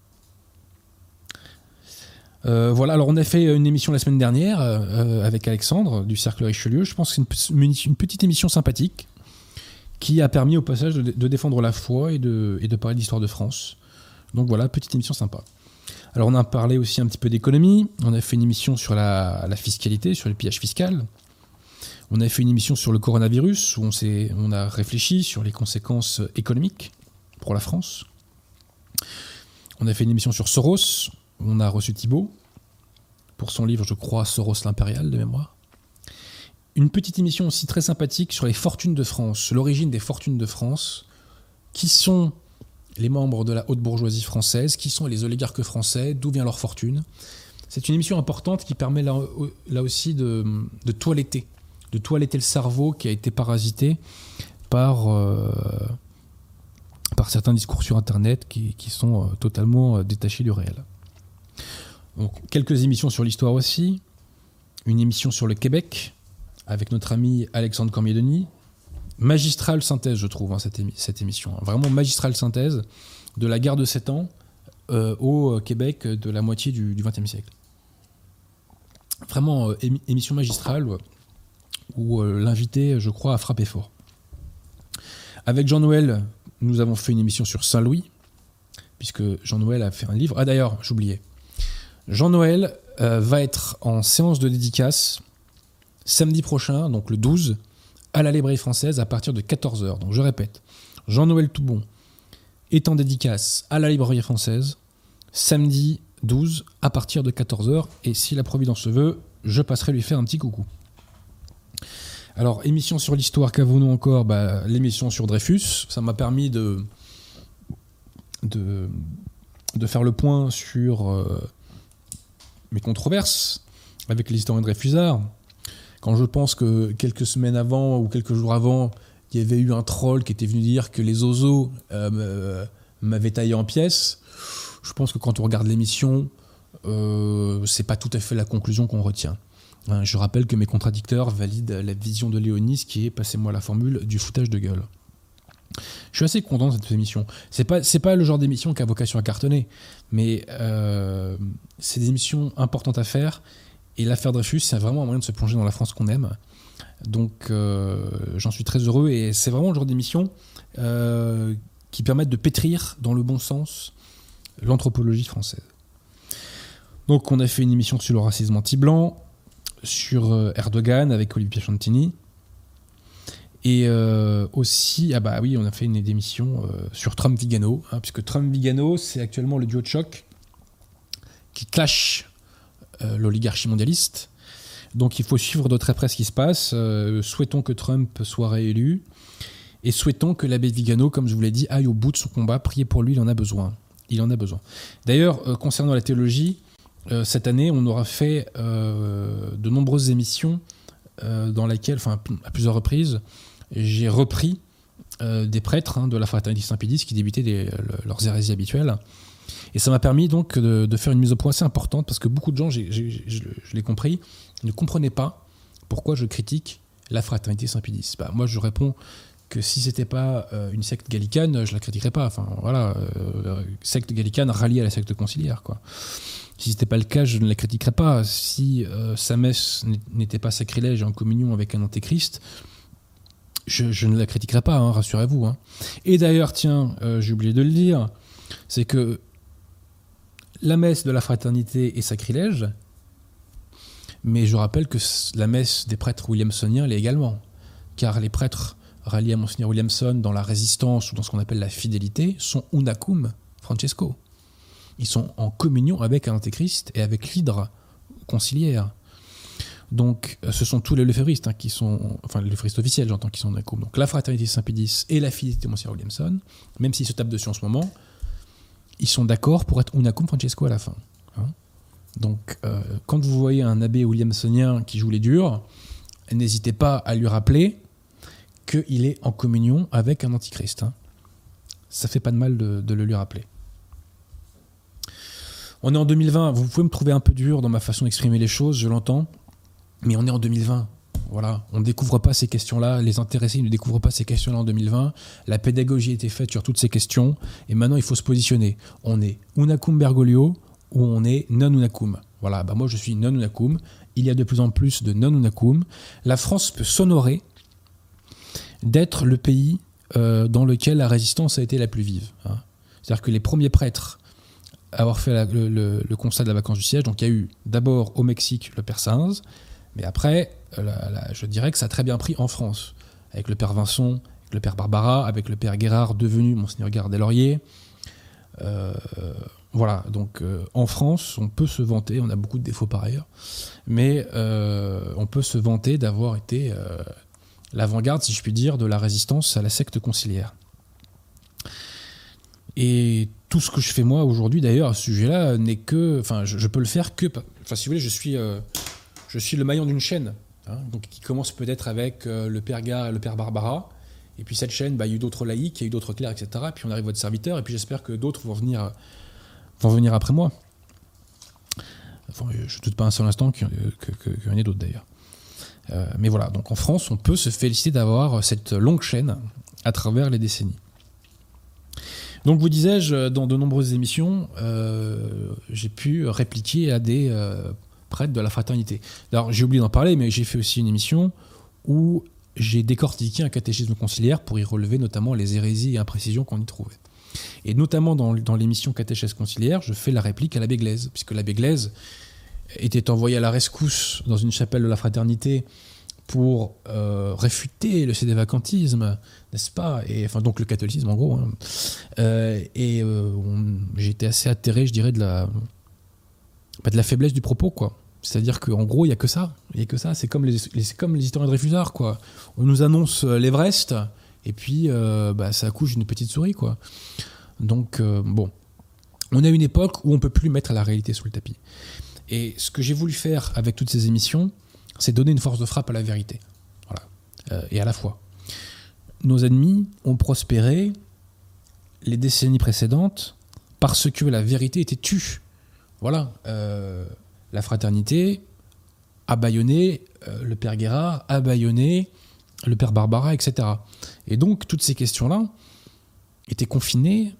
Euh, voilà, alors on a fait une émission la semaine dernière euh, avec Alexandre du Cercle Richelieu. Je pense que c'est une, une petite émission sympathique qui a permis au passage de, de défendre la foi et de, et de parler d'histoire de France. Donc voilà, petite émission sympa. Alors on a parlé aussi un petit peu d'économie. On a fait une émission sur la, la fiscalité, sur le pillage fiscal. On a fait une émission sur le coronavirus où on, s'est, on a réfléchi sur les conséquences économiques pour la France. On a fait une émission sur Soros. On a reçu Thibaut pour son livre, je crois, Soros l'impérial de mémoire. Une petite émission aussi très sympathique sur les fortunes de France, l'origine des fortunes de France. Qui sont les membres de la haute bourgeoisie française? Qui sont les oligarques français? D'où vient leur fortune? C'est une émission importante qui permet là, là aussi de, de toiletter, de toiletter le cerveau qui a été parasité par, euh, par certains discours sur Internet qui, qui sont euh, totalement euh, détachés du réel. Donc, quelques émissions sur l'histoire aussi, une émission sur le Québec avec notre ami Alexandre Cormier-Denis. Magistrale synthèse, je trouve, hein, cette, émi- cette émission. Hein. Vraiment magistrale synthèse de la guerre de sept ans euh, au Québec de la moitié du vingtième siècle. Vraiment euh, émi- émission magistrale où euh, l'invité, je crois, a frappé fort. Avec Jean-Noël, nous avons fait une émission sur Saint-Louis, puisque Jean-Noël a fait un livre. Ah d'ailleurs, j'oubliais. Jean-Noël euh, va être en séance de dédicace samedi prochain, donc le douze, à la Librairie Française à partir de quatorze heures. Donc je répète, Jean-Noël Toubon est en dédicace à la Librairie Française samedi douze à partir de quatorze heures. Et si la Providence le veut, je passerai lui faire un petit coucou. Alors, émission sur l'histoire, qu'avons-nous encore? Bah, l'émission sur Dreyfus, ça m'a permis de, de, de faire le point sur euh, mes controverses avec l'historien Dreyfusard. Quand je pense que quelques semaines avant ou quelques jours avant, il y avait eu un troll qui était venu dire que les ozos euh, m'avaient taillé en pièces, je pense que quand on regarde l'émission, euh, c'est pas tout à fait la conclusion qu'on retient. Hein, je rappelle que mes contradicteurs valident la vision de Léonis qui est, passez-moi la formule, du foutage de gueule. Je suis assez content de cette émission. C'est pas, c'est pas le genre d'émission qui a vocation à cartonner, mais euh, c'est des émissions importantes à faire. Et l'affaire Dreyfus, c'est vraiment un moyen de se plonger dans la France qu'on aime. Donc, euh, j'en suis très heureux. Et c'est vraiment le genre d'émission euh, qui permettent de pétrir, dans le bon sens, l'anthropologie française. Donc, on a fait une émission sur le racisme anti-blanc, sur euh, Erdogan avec Olivier Piacentini. Et euh, aussi, ah bah oui, on a fait une émission euh, sur Trump-Vigano, hein, puisque Trump-Vigano, c'est actuellement le duo de choc qui clash Euh, l'oligarchie mondialiste. Donc il faut suivre de très près ce qui se passe. Euh, souhaitons que Trump soit réélu et souhaitons que l'abbé Vigano, comme je vous l'ai dit, aille au bout de son combat. Priez pour lui, il en a besoin. Il en a besoin. D'ailleurs, euh, concernant la théologie, euh, cette année, on aura fait euh, de nombreuses émissions euh, dans lesquelles, enfin à plusieurs reprises, j'ai repris euh, des prêtres hein, de la fraternité Saint-Pédis qui débutaient des, le, leurs hérésies habituelles. Et ça m'a permis donc de, de faire une mise au point assez importante parce que beaucoup de gens, j'ai, j'ai, je, je l'ai compris, ne comprenaient pas pourquoi je critique la fraternité Saint-Pédis. Bah, moi, je réponds que si c'était pas euh, une secte gallicane, je la critiquerais pas. Enfin, voilà, euh, secte gallicane ralliée à la secte conciliaire, quoi. Si c'était pas le cas, je ne la critiquerais pas. Si euh, sa messe n'était pas sacrilège et en communion avec un antéchrist, je, je ne la critiquerai pas, hein, rassurez-vous. Hein. Et d'ailleurs, tiens, euh, j'ai oublié de le dire, c'est que la messe de la fraternité est sacrilège, mais je rappelle que la messe des prêtres williamsoniens l'est également, car les prêtres ralliés à Monseigneur Williamson dans la résistance ou dans ce qu'on appelle la fidélité sont unacum Francesco. Ils sont en communion avec l'Antéchrist et avec l'hydre conciliaire. Donc, ce sont tous les lefévristes hein, qui sont, enfin les lefévristes officiels, j'entends, qui sont unacum. Donc, la fraternité Saint-Pédis et la fidélité de Monseigneur Williamson, même s'ils se tapent dessus en ce moment, ils sont d'accord pour être unacum Francesco à la fin. Hein. Donc, euh, quand vous voyez un abbé williamsonien qui joue les durs, n'hésitez pas à lui rappeler qu'il est en communion avec un antichrist. Hein. Ça fait pas de mal de, de le lui rappeler. On est en deux mille vingt, vous pouvez me trouver un peu dur dans ma façon d'exprimer les choses, je l'entends, mais on est en deux mille vingt. Voilà, on ne découvre pas ces questions-là, les intéressés ne découvrent pas ces questions-là en deux mille vingt. La pédagogie a été faite sur toutes ces questions, et maintenant il faut se positionner. On est unacum Bergoglio ou on est non unacum. Voilà, bah moi je suis non unacum. Il y a de plus en plus de non unacum. La France peut s'honorer d'être le pays euh, dans lequel la résistance a été la plus vive. Hein. C'est-à-dire que les premiers prêtres à avoir fait la, le, le, le constat de la vacance du siège, donc il y a eu d'abord au Mexique le père Sainz, mais après, la, la, je dirais que ça a très bien pris en France, avec le père Vincent, avec le père Barbara, avec le père Guérard, devenu Monseigneur Guérard-des-Lauriers. Euh, voilà, donc euh, en France, on peut se vanter, on a beaucoup de défauts par ailleurs, mais euh, on peut se vanter d'avoir été euh, l'avant-garde, si je puis dire, de la résistance à la secte conciliaire. Et tout ce que je fais moi aujourd'hui, d'ailleurs, à ce sujet-là, n'est que, enfin, je, je peux le faire que, enfin, si vous voulez, je suis, euh, je suis le maillon d'une chaîne, hein, donc qui commence peut-être avec euh, le père Gars, le père Barbara, et puis cette chaîne, bah, il y a eu d'autres laïcs, il y a eu d'autres clercs, et cetera. Et puis on arrive à votre serviteur, et puis j'espère que d'autres vont venir, vont venir après moi. Enfin, je ne doute pas un seul instant qu'il y en ait d'autres d'ailleurs. Euh, mais voilà, donc en France, on peut se féliciter d'avoir cette longue chaîne à travers les décennies. Donc, vous disais-je, dans de nombreuses émissions, euh, j'ai pu répliquer à des euh, prêtres de la fraternité. Alors, j'ai oublié d'en parler, mais j'ai fait aussi une émission où j'ai décortiqué un catéchisme conciliaire pour y relever notamment les hérésies et imprécisions qu'on y trouvait. Et notamment dans, dans l'émission Catéchèse conciliaire, je fais la réplique à l'abbé Glaise, puisque l'abbé Glaise était envoyé à la rescousse dans une chapelle de la fraternité pour euh, réfuter le sédévacantisme, n'est-ce pas, et enfin donc le catholicisme en gros. Hein. Euh, et euh, on, j'ai été assez atterré, je dirais, de la, bah, de la faiblesse du propos, quoi. C'est-à-dire qu'en gros, il n'y a que ça. Il y a que ça. C'est comme les, c'est comme les historiens de Dreyfusard, quoi. On nous annonce l'Everest, et puis euh, bah, ça accouche d'une petite souris, quoi. Donc, euh, bon. On a une époque où on ne peut plus mettre la réalité sous le tapis. Et ce que j'ai voulu faire avec toutes ces émissions, c'est donner une force de frappe à la vérité. Voilà. Euh, et à la foi. Nos ennemis ont prospéré les décennies précédentes parce que la vérité était tue. Voilà. Euh, la fraternité a bâillonné euh, le père Guérard, a bâillonné le père Barbara, et cetera. Et donc, toutes ces questions-là étaient confinées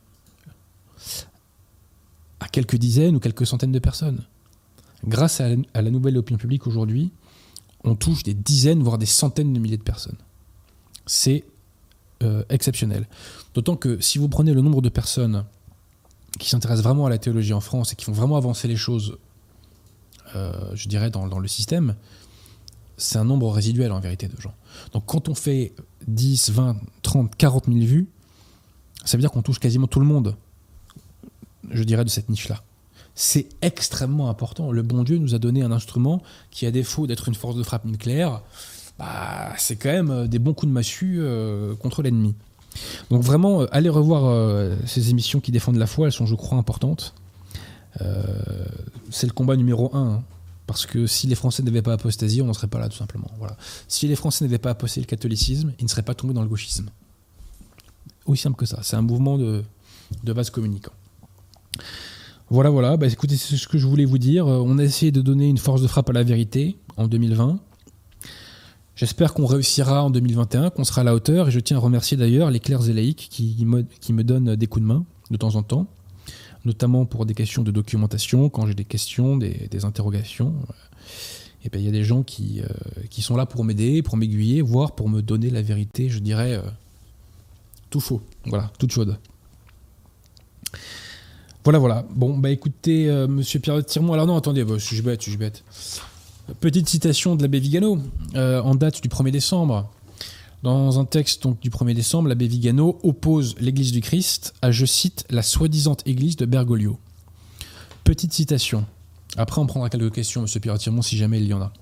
à quelques dizaines ou quelques centaines de personnes. Grâce à la, à la nouvelle opinion publique aujourd'hui, on touche des dizaines, voire des centaines de milliers de personnes. C'est euh, exceptionnel. D'autant que si vous prenez le nombre de personnes qui s'intéressent vraiment à la théologie en France et qui font vraiment avancer les choses, euh, je dirais, dans, dans le système, c'est un nombre résiduel en vérité de gens. Donc quand on fait dix, vingt, trente, quarante mille vues, ça veut dire qu'on touche quasiment tout le monde, je dirais, de cette niche-là. C'est extrêmement important. Le bon Dieu nous a donné un instrument qui, à défaut d'être une force de frappe nucléaire, bah, c'est quand même des bons coups de massue euh, contre l'ennemi. Donc vraiment, euh, allez revoir euh, ces émissions qui défendent la foi, elles sont, je crois, importantes. Euh, c'est le combat numéro un, hein, parce que si les Français n'avaient pas apostasié, on n'en serait pas là, tout simplement. Voilà. Si les Français n'avaient pas aposté le catholicisme, ils ne seraient pas tombés dans le gauchisme. Aussi simple que ça. C'est un mouvement de, de base communicant. Voilà, voilà, bah, écoutez, c'est ce que je voulais vous dire. On a essayé de donner une force de frappe à la vérité en deux mille vingt. J'espère qu'on réussira en deux mille vingt et un, qu'on sera à la hauteur. Et je tiens à remercier d'ailleurs les clercs et laïcs qui me, qui me donnent des coups de main de temps en temps, notamment pour des questions de documentation, quand j'ai des questions, des, des interrogations. et ben il y a des gens qui, euh, qui sont là pour m'aider, pour m'aiguiller, voire pour me donner la vérité, je dirais, euh, tout chaud, voilà, toute chaude. Voilà, voilà. Bon, bah écoutez, euh, monsieur Pierre Tiremont, alors non, attendez, bah, je suis bête, je suis bête. Petite citation de l'abbé Vigano, euh, en date du premier décembre. Dans un texte donc, du premier décembre, l'abbé Vigano oppose l'Église du Christ à, je cite, la soi-disant Église de Bergoglio. Petite citation. Après, on prendra quelques questions, monsieur Pierre Tiremont, si jamais il y en a.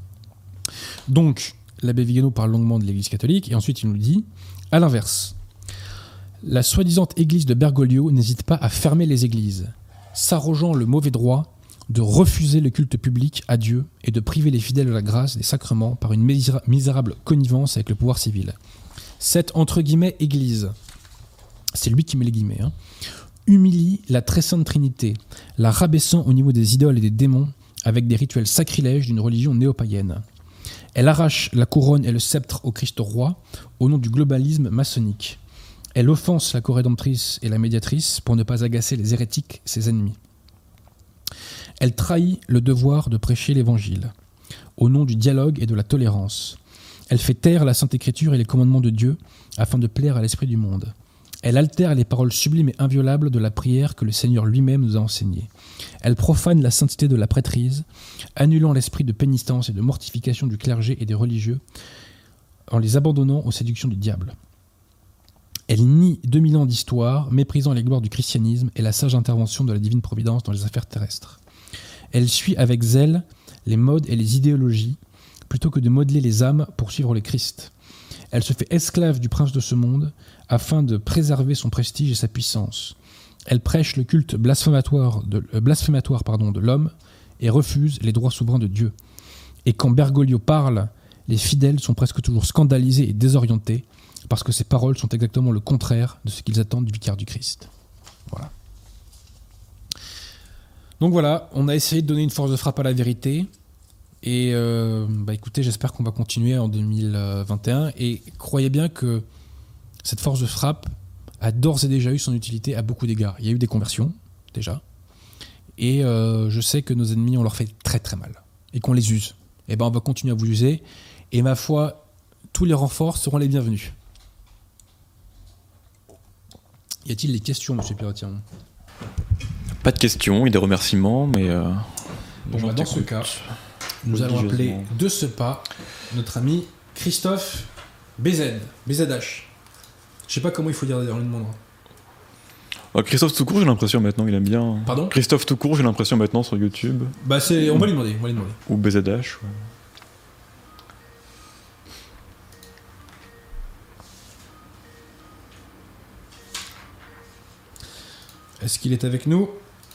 Donc, l'abbé Vigano parle longuement de l'Église catholique, et ensuite il nous dit, à l'inverse, la soi-disant Église de Bergoglio n'hésite pas à fermer les églises, s'arrogeant le mauvais droit de refuser le culte public à Dieu et de priver les fidèles de la grâce des sacrements par une miséra- misérable connivence avec le pouvoir civil. Cette, entre guillemets, Église, c'est lui qui met les guillemets, hein, humilie la très sainte Trinité, la rabaissant au niveau des idoles et des démons avec des rituels sacrilèges d'une religion néo-païenne. Elle arrache la couronne et le sceptre au Christ roi au nom du globalisme maçonnique. Elle offense la co-rédemptrice et la médiatrice pour ne pas agacer les hérétiques, ses ennemis. Elle trahit le devoir de prêcher l'évangile, au nom du dialogue et de la tolérance. Elle fait taire la Sainte Écriture et les commandements de Dieu, afin de plaire à l'esprit du monde. Elle altère les paroles sublimes et inviolables de la prière que le Seigneur lui-même nous a enseignées. Elle profane la sainteté de la prêtrise, annulant l'esprit de pénitence et de mortification du clergé et des religieux, en les abandonnant aux séductions du diable. Elle nie deux mille ans d'histoire, méprisant les gloires du christianisme et la sage intervention de la divine providence dans les affaires terrestres. Elle suit avec zèle les modes et les idéologies, plutôt que de modeler les âmes pour suivre le Christ. Elle se fait esclave du prince de ce monde, afin de préserver son prestige et sa puissance. Elle prêche le culte blasphématoire de, euh, blasphématoire, pardon, de l'homme et refuse les droits souverains de Dieu. Et quand Bergoglio parle, les fidèles sont presque toujours scandalisés et désorientés, parce que ses paroles sont exactement le contraire de ce qu'ils attendent du vicaire du Christ. Voilà. Donc voilà, on a essayé de donner une force de frappe à la vérité. Et euh, bah écoutez, j'espère qu'on va continuer en deux mille vingt et un. Et croyez bien que cette force de frappe a d'ores et déjà eu son utilité à beaucoup d'égards. Il y a eu des conversions, déjà. Et euh, je sais que nos ennemis, on leur fait très très mal. Et qu'on les use. Et ben on va continuer à vous user. Et ma foi, tous les renforts seront les bienvenus. Y a-t-il des questions, monsieur Pirotien ? Pas de questions, il y a des remerciements, mais... Euh, bon, bah, dans ce cas, nous allons appeler de ce pas notre ami Christophe B Z, B Z H. Je sais pas comment il faut dire d'ailleurs, lui demandera. Oh, Christophe tout court, j'ai l'impression maintenant, il aime bien... Pardon ? Christophe tout court, j'ai l'impression maintenant sur YouTube. Bah c'est... on va lui demander, on va lui demander. Ou B Z H, ouais. Est-ce qu'il est avec nous ?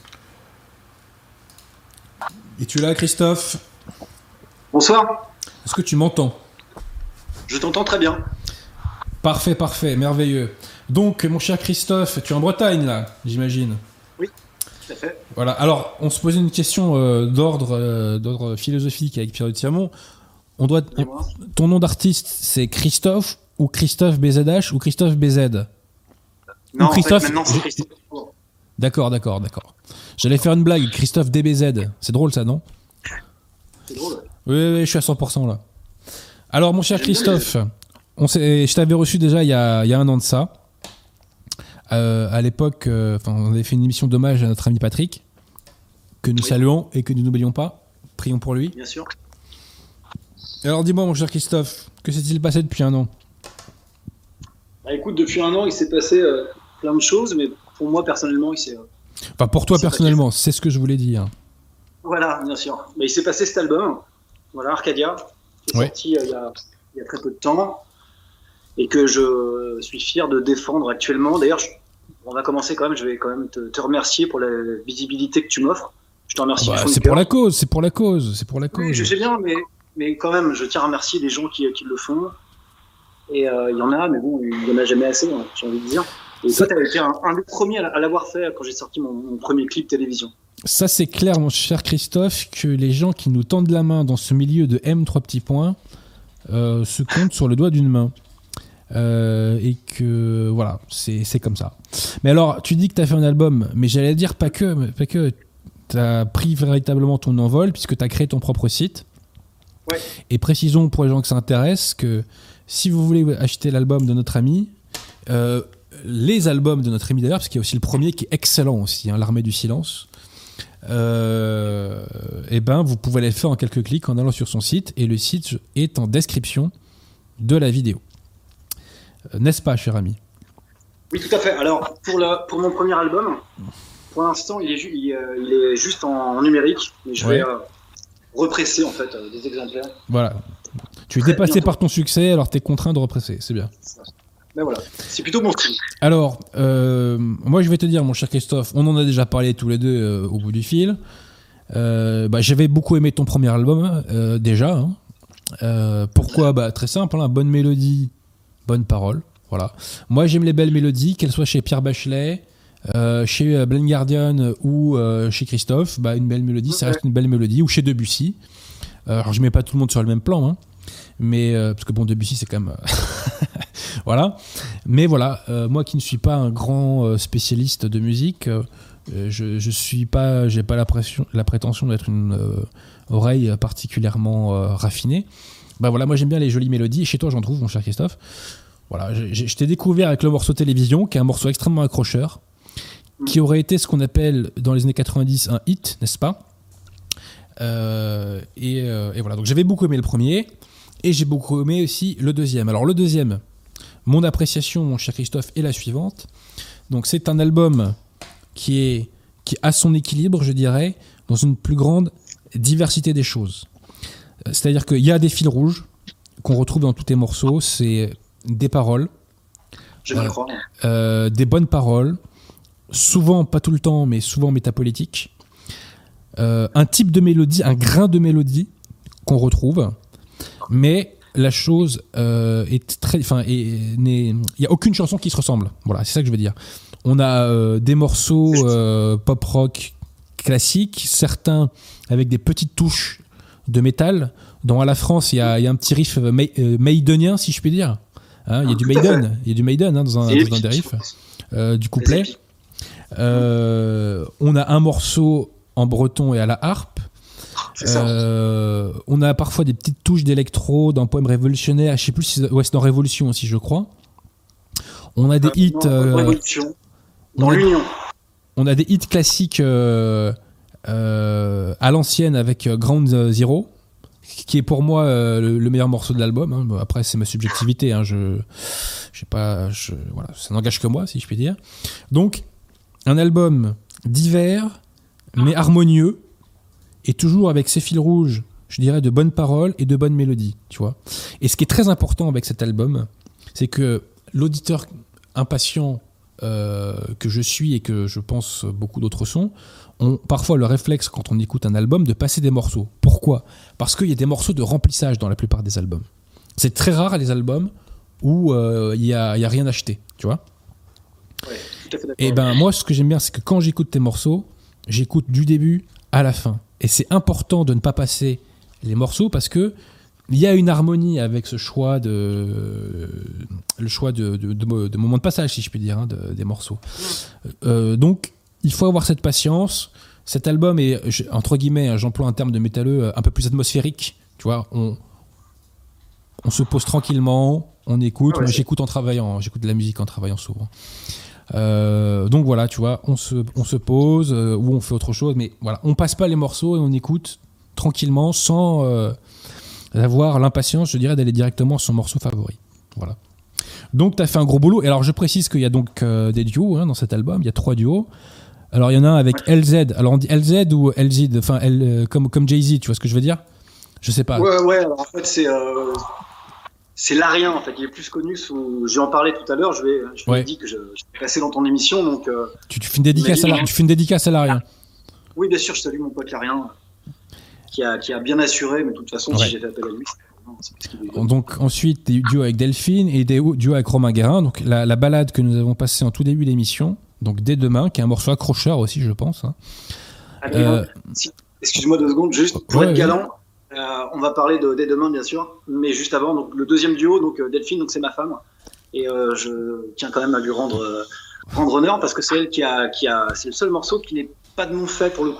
Es-tu là, Christophe ? Bonsoir. Est-ce que tu m'entends ? Je t'entends très bien. Parfait, parfait, merveilleux. Donc, mon cher Christophe, tu es en Bretagne, là, j'imagine ? Oui, tout à fait. Voilà, alors, on se posait une question euh, d'ordre, euh, d'ordre philosophique avec Pierre de Tiremont. On doit... On... Ton nom d'artiste, c'est Christophe ou Christophe B Z H ou Christophe B Z ? Non, ou Christophe... en fait, maintenant, c'est Christophe. D'accord, d'accord, d'accord. J'allais faire une blague, Christophe D B Z. C'est drôle ça, non ? C'est drôle. Oui, oui, je suis à cent pour cent là. Alors, mon cher Christophe, on s'est, je t'avais reçu déjà il y a, il y a un an de ça. Euh, à l'époque, euh, on avait fait une émission d'hommage à notre ami Patrick, que nous oui. saluons et que nous n'oublions pas. Prions pour lui. Bien sûr. Alors, dis-moi, mon cher Christophe, que s'est-il passé depuis un an ? Bah, écoute, depuis un an, il s'est passé euh, plein de choses, mais pour moi, personnellement, il s'est... Euh, enfin, pour toi, personnellement, passé... c'est ce que je voulais dire. Voilà, bien sûr. Mais il s'est passé cet album, voilà, Arcadia, qui est ouais. sorti euh, il, y a, il y a très peu de temps, et que je suis fier de défendre actuellement. D'ailleurs, je, on va commencer quand même, je vais quand même te, te remercier pour la visibilité que tu m'offres. Je te remercie. Ah bah, c'est pour la cause, c'est pour la cause, c'est pour la cause. Oui, je sais bien, mais, mais quand même, je tiens à remercier les gens qui, qui le font. Et il euh, y en a, mais bon, il n'y en a jamais assez, hein, j'ai envie de dire. Et ça, toi, tu as été un, un des premiers à l'avoir fait quand j'ai sorti mon, mon premier clip télévision. Ça, c'est clair, mon cher Christophe, que les gens qui nous tendent la main dans ce milieu de M trois petits points euh, se comptent sur le doigt d'une main. Euh, et que, voilà, c'est, c'est comme ça. Mais alors, tu dis que tu as fait un album, mais j'allais dire pas que, pas que tu as pris véritablement ton envol, puisque tu as créé ton propre site. Ouais. Et précisons pour les gens que ça intéresse que si vous voulez acheter l'album de notre ami, euh, les albums de notre ami d'ailleurs, parce qu'il y a aussi le premier qui est excellent aussi, hein, L'Armée du Silence, euh, et ben vous pouvez les faire en quelques clics en allant sur son site, et le site est en description de la vidéo. Euh, n'est-ce pas, cher ami ? Oui, tout à fait. Alors, pour, la, pour mon premier album, pour l'instant, il est, ju- il, euh, il est juste en, en numérique, mais je Ouais. vais euh, represser en fait euh, des exemplaires. Voilà. Tu es Très dépassé bientôt. par ton succès, alors tu es contraint de represser, c'est bien. Mais voilà, c'est plutôt mon style. Alors, euh, moi je vais te dire, mon cher Christophe, on en a déjà parlé tous les deux euh, au bout du fil. Euh, bah, j'avais beaucoup aimé ton premier album, euh, déjà. Hein. Euh, pourquoi ? Bah, très simple, hein, bonne mélodie, bonne parole. Voilà. Moi j'aime les belles mélodies, qu'elles soient chez Pierre Bachelet, euh, chez euh, Blind Guardian ou euh, chez Christophe. Bah, une belle mélodie, ça Ouais. reste une belle mélodie. Ou chez Debussy. Euh, alors je mets pas tout le monde sur le même plan, hein, mais euh, parce que bon, Debussy c'est quand même. Voilà. Mais voilà, euh, moi qui ne suis pas un grand euh, spécialiste de musique, euh, je, je suis pas, j'ai pas la, pression, la prétention d'être une euh, oreille particulièrement euh, raffinée. Bah voilà, moi j'aime bien les jolies mélodies, et chez toi j'en trouve, mon cher Christophe. Voilà, j'ai- j'ai- je t'ai découvert avec le morceau Télévision, qui est un morceau extrêmement accrocheur, qui aurait été ce qu'on appelle dans les années quatre-vingt-dix un hit, n'est-ce pas ? Euh, et, euh, et voilà, donc j'avais beaucoup aimé le premier, et j'ai beaucoup aimé aussi le deuxième. Alors le deuxième, mon appréciation, mon cher Christophe, est la suivante. Donc c'est un album qui est qui a son équilibre, je dirais, dans une plus grande diversité des choses. Euh, C'est-à-dire qu'il y a des fils rouges qu'on retrouve dans tous tes morceaux, c'est des paroles, Je vais Euh, le croire. euh, des bonnes paroles, souvent, pas tout le temps, mais souvent métapolitiques. Euh, un type de mélodie, un grain de mélodie qu'on retrouve, mais la chose euh, est très, enfin, est- n'est- il n'y a aucune chanson qui se ressemble. Voilà, c'est ça que je veux dire. On a euh, des morceaux euh, pop rock classiques, certains avec des petites touches de métal. Dans À la France, il y a, il y a un petit riff euh, ma- euh, maidenien, si je puis dire. Hein, il y a du Tout à fait. Maiden, il y a du Maiden hein, dans un, C'est dans un épique. des riffs, euh, du C'est couplet. épique. Euh, on a un morceau en breton et à la harpe. C'est ça. Euh, on a parfois des petites touches d'électro dans Poème révolutionnaire. Je sais plus si c'est, ouais, c'est dans Révolution aussi, je crois. On a des Euh, hits. non, euh, Révolution. Dans on a- l'Union. on a des hits classiques euh, euh, à l'ancienne avec euh, Ground Zero, qui est pour moi euh, le, le meilleur morceau de l'album. Hein. Bon, après, c'est ma subjectivité. Hein. Je, j'ai pas, je, voilà, ça n'engage que moi, si je puis dire. Donc, un album divers, mais harmonieux, et toujours avec ses fils rouges, je dirais, de bonnes paroles et de bonnes mélodies. Tu vois. Et ce qui est très important avec cet album, c'est que l'auditeur impatient euh, que je suis et que je pense beaucoup d'autres sont, ont parfois le réflexe quand on écoute un album de passer des morceaux. Pourquoi ? Parce qu'il y a des morceaux de remplissage dans la plupart des albums. C'est très rare les albums où euh, il n'y a, il y a rien acheté, tu vois ? Ouais, tout à fait d'accord. Et ben moi ce que j'aime bien c'est que quand j'écoute tes morceaux, j'écoute du début à la fin. Et c'est important de ne pas passer les morceaux parce que il y a une harmonie avec ce choix de le choix de, de, de, de moments de passage, si je puis dire, hein, de, des morceaux. Euh, donc il faut avoir cette patience. Cet album est, je- entre guillemets, hein, j'emploie un terme de métalleux, un peu plus atmosphérique. Tu vois, on, on se pose tranquillement, on écoute. Ah ouais, Moi, c'est- j'écoute en travaillant, j'écoute de la musique en travaillant souvent. Euh, donc voilà, tu vois, on se, on se pose euh, ou on fait autre chose, mais voilà, on passe pas les morceaux et on écoute tranquillement sans euh, avoir l'impatience, je dirais, d'aller directement à son morceau favori. Voilà. Donc tu as fait un gros boulot. Et alors je précise qu'il y a donc euh, des duos hein, dans cet album, il y a trois duos. Alors il y en a un avec L Z. Alors on dit L Z ou L Z, enfin L, euh, comme, comme Jay-Z, tu vois ce que je veux dire ? Je sais pas. Ouais, ouais, alors en fait, c'est. Euh... C'est l'Arien, en fait. Il est plus connu sous. J'ai en parlé tout à l'heure. Je vais. Je Ouais. t'ai dit que je, je vais passer dans ton émission, donc. Euh... Tu, tu fais une dédicace à la, tu fais une dédicace à l'Arien. Oui, bien sûr, je salue mon pote Larien, qui a, qui a bien assuré, mais de toute façon, Ouais. si j'ai fait appel à lui, c'est- non, c'est parce qu'il est- Donc ensuite des duos avec Delphine et des duos avec Romain Guérin. Donc la, la balade que nous avons passée en tout début d'émission, donc dès demain, qui est un morceau accrocheur aussi, je pense. Hein. Allez, Euh, si- Excuse-moi deux secondes, juste pour Ouais, être ouais. galant, euh, on va parler de dès demain, bien sûr, mais juste avant, donc le deuxième duo, donc euh, Delphine, donc c'est ma femme, et euh, je tiens quand même à lui rendre, euh, rendre honneur parce que c'est elle qui a, qui a, c'est le seul morceau qui n'est pas de mon fait pour le coup.